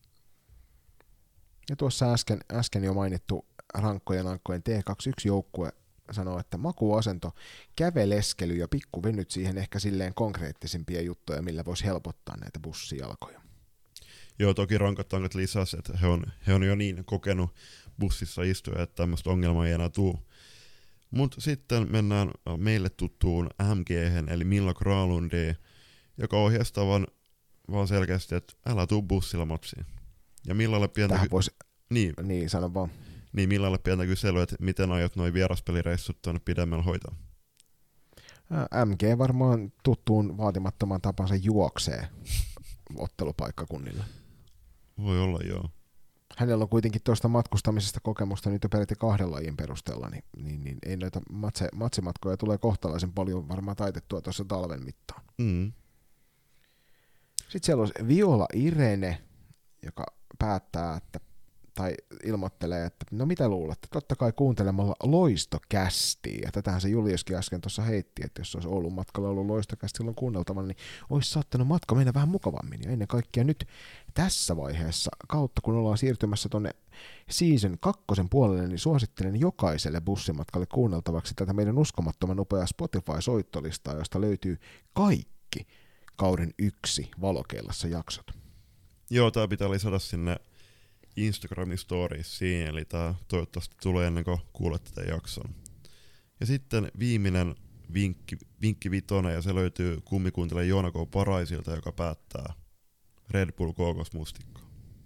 Ja tuossa äsken, äsken jo mainittu rankkojen ankkojen T kaksikymmentäyksi-joukkue sanoo, että makuasento, käveleskely ja pikkuvenyt siihen ehkä silleen konkreettisimpia juttuja, millä voisi helpottaa näitä bussijalkoja. Joo, toki rankat tankat lisäs, että he on, he on jo niin kokenut bussissa istuja, että tämmöistä ongelmaa ei enää tuu. Mutta sitten mennään meille tuttuun M G:hen, eli Milla Kralundiin, joka ohjeistaa vaan, vaan selkeästi, että älä tuu bussilla matsiin. Ja Millalle pientä... Tähän voisi... Niin, niin, sano vaan. Niin, Millalle pientä kyselyä, että miten aiot noi vieraspelireissut tuonne pidemmällä hoitaa? M G varmaan tuttuun vaatimattoman tapansa juoksee ottelupaikkakunnille. Voi olla, joo. Hänellä on kuitenkin tuosta matkustamisesta kokemusta nyt jo peräti kahden lajin perusteella, niin, niin, niin ei noita matse, matsimatkoja tulee kohtalaisen paljon varmaan taitettua tuossa talven mittaan. Mm. Sitten siellä on Viola Irene, joka päättää, että, tai ilmoittelee, että no mitä luulette, totta kai kuuntelemalla Loistokästiä. Ja tätähän se Juliuskin äsken tuossa heitti, että jos olisi Oulun matkalla ollut Loistokästi silloin kuunneltavan, niin olisi saattanut matka mennä vähän mukavammin. Ja ennen kaikkea nyt tässä vaiheessa kautta, kun ollaan siirtymässä tuonne season kakkosen puolelle, niin suosittelen jokaiselle bussimatkalle kuunneltavaksi tätä meidän uskomattoman nopeaa Spotify-soittolistaa, josta löytyy kaikki kauden yksi Valokeilassa jaksot. Joo, tää pitää lisätä sinne Instagramin storiesiin, eli tää toivottavasti tulee ennen kuin kuulet tätä jakson. Ja sitten viimeinen vinkki, vinkki vitonen, ja se löytyy kummikuuntele Joona K. Paraisilta, joka päättää Red Bull kookosmustikka.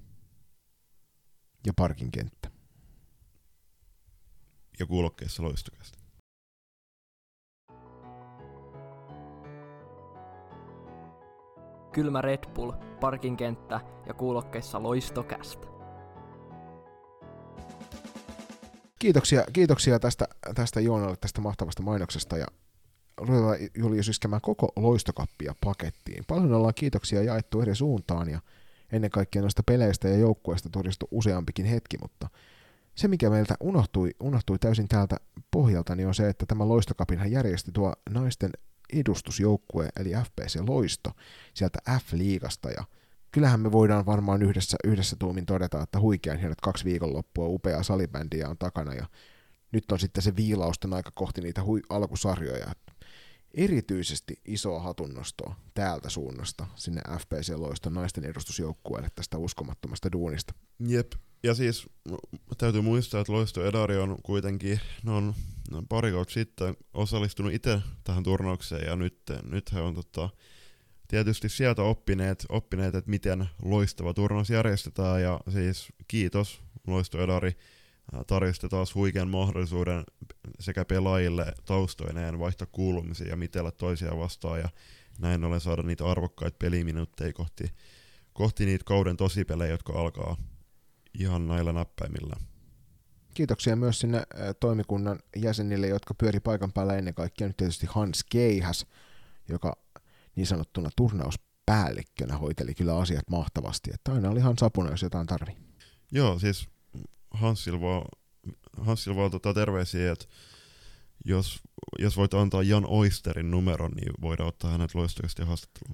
Ja Parkin kenttä. Ja kuulokkeissa Loistokästä. Kylmä Red Bull, Parkin kenttä ja kuulokkeissa Loistokästä. Kiitoksia, kiitoksia tästä, tästä Joonalle tästä mahtavasta mainoksesta ja ruvetaan Julius iskemään koko Loistokappia pakettiin. Paljon ollaan kiitoksia jaettu eri suuntaan ja ennen kaikkea noista peleistä ja joukkueista todistui useampikin hetki, mutta se mikä meiltä unohtui, unohtui täysin täältä pohjalta niin on se, että tämä Loistokapinhan järjesti tuo naisten edustusjoukkue eli F P C Loisto sieltä F-liigasta ja kyllähän me voidaan varmaan yhdessä, yhdessä tuumin todeta, että huikean hienot kaksi viikonloppua, upeaa salibändiä on takana ja nyt on sitten se viilausten aika kohti niitä hui- alkusarjoja. Erityisesti isoa hatunnostoa täältä suunnasta sinne F P C Loiston naisten edustusjoukkueelle tästä uskomattomasta duunista. Jep, ja siis täytyy muistaa, että Loisto Edari on kuitenkin, ne on, ne on pari kautta sitten osallistunut itse tähän turnaukseen ja nyt, nyt he on tota, tietysti sieltä oppineet, oppineet, että miten loistava turnaus järjestetään ja siis kiitos Loisto Edari tarjosti taas huikean mahdollisuuden sekä pelaajille taustoineen vaihtaa kuulumisia ja mitellä toisiaan vastaan ja näin ollen saada niitä arvokkaita peliminuutteja kohti, kohti niitä kauden tosipelejä, jotka alkaa ihan näillä näppäimillä. Kiitoksia myös sinne toimikunnan jäsenille, jotka pyöri paikan päällä ennen kaikkea nyt tietysti Hans Keihäs, joka niin sanottuna turnauspäällikkönä hoiteli kyllä asiat mahtavasti, että aina oli Hans apuna, jos jotain tarvii. Joo, siis Hanssil vaan, Hanssil vaan tota terveisiä, että jos, jos voit antaa Jan Oisterin numeron, niin voidaan ottaa hänet Loistokasti haastatteluun.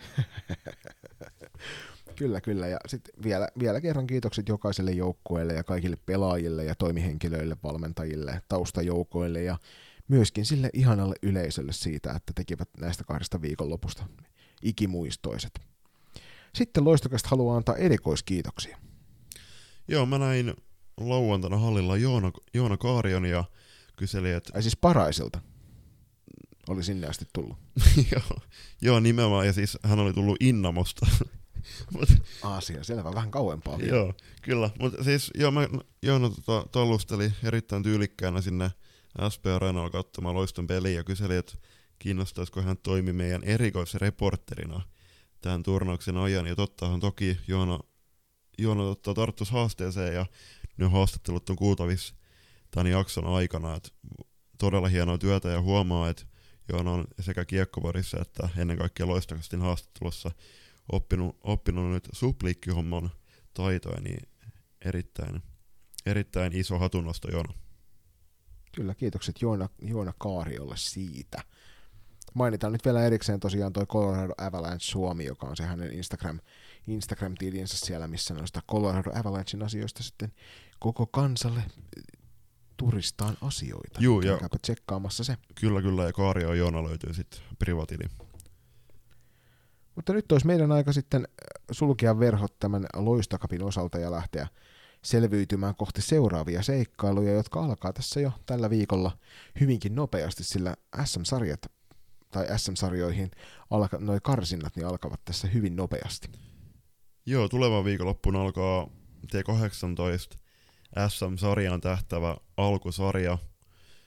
Kyllä, kyllä. Ja sitten vielä, vielä kerran kiitokset jokaiselle joukkueelle ja kaikille pelaajille ja toimihenkilöille, valmentajille, taustajoukoille ja myöskin sille ihanalle yleisölle siitä, että tekivät näistä kahdesta viikonlopusta ikimuistoiset. Sitten Loistokasta haluaa antaa erikoiskiitoksia. Joo, mä näin lauantaina hallilla Joona, Joona Kaarion ja kyseli, että... Ai siis Paraisilta oli sinne asti tullut. joo, joo, nimenomaan, ja siis hän oli tullut Innamosta. Aasia, selvä, vähän kauempaa. Joo, kyllä, mutta siis joo, mä Joona tota, tallusteli erittäin tyylikkäänä sinne S P Areenalla katsomaan Loiston peliä ja kyseli, että kiinnostaisiko hän toimi meidän erikoisreporterina tämän turnauksen ajan, ja tottahan toki Joona Joona tota, tarttuisi haasteeseen ja ne haastattelut on kuultavissa tämän jakson aikana. Et todella hienoa työtä ja huomaa, että Joona on sekä kiekkovarissa että ennen kaikkea Loistokastin haastattelussa oppinut, oppinut nyt supliikkihomman taitoja, niin erittäin, erittäin iso hatunnosto Joona. Kyllä, kiitokset Joona, Joona Kaariolle siitä. Mainitaan nyt vielä erikseen tosiaan toi Colorado Avalanche Suomi, joka on se hänen Instagram, Instagram-tilinsä siellä, missä noista Colorado Avalanchein asioista sitten koko kansalle turistaan asioita. Juu, ja käypä tsekkaamassa se. Kyllä, kyllä, ja Kaario Joona löytyy sitten privatili. Mutta nyt olisi meidän aika sitten sulkea verhot tämän Loistokapin osalta ja lähteä selviytymään kohti seuraavia seikkailuja, jotka alkaa tässä jo tällä viikolla hyvinkin nopeasti, sillä S M-sarjat tai S M-sarjoihin alka, noi karsinnat niin alkavat tässä hyvin nopeasti. Joo, tulevan viikonloppuna alkaa T kahdeksantoista S M-sarjaan tähtävä alkusarja.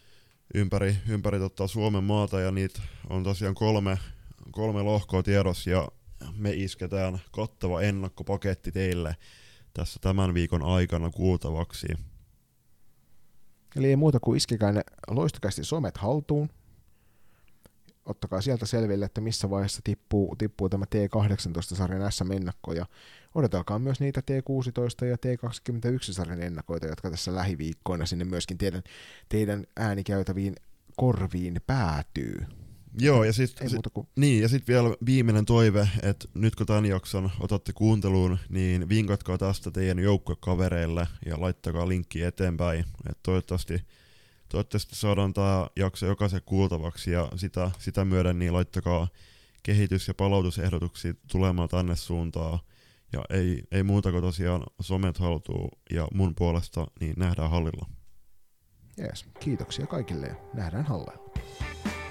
ympäri, ympäri tota Suomen maata, ja niitä on tosiaan kolme, kolme lohkoa tiedossa, ja me isketään kattava ennakkopaketti teille tässä tämän viikon aikana kuultavaksi. Eli ei muuta kuin iskekää ne Loistokästi somet haltuun. Ottakaa sieltä selville, että missä vaiheessa tippuu, tippuu tämä T kahdeksantoista-sarjan S M-ennakko, ja odotelkaa myös niitä T kuusitoista ja T kaksikymmentäyksi-sarjan ennakoita, jotka tässä lähiviikkoina sinne myöskin teidän, teidän äänikäytäviin korviin päätyy. Joo, ja sitten sit, kuin... niin, ja sit vielä viimeinen toive, että nyt kun tämän jakson otatte kuunteluun, niin vinkatkaa tästä teidän joukkuekavereille ja laittakaa linkki eteenpäin. Et toivottavasti, toivottavasti saadaan tämä jakso jokaisen kuultavaksi, ja sitä, sitä myöden niin laittakaa kehitys- ja palautusehdotuksia tulemaan tänne suuntaan. Ja ei, ei muuta kuin tosiaan somet haltuu, ja mun puolesta niin nähdään hallilla. Jees, kiitoksia kaikille ja nähdään hallella.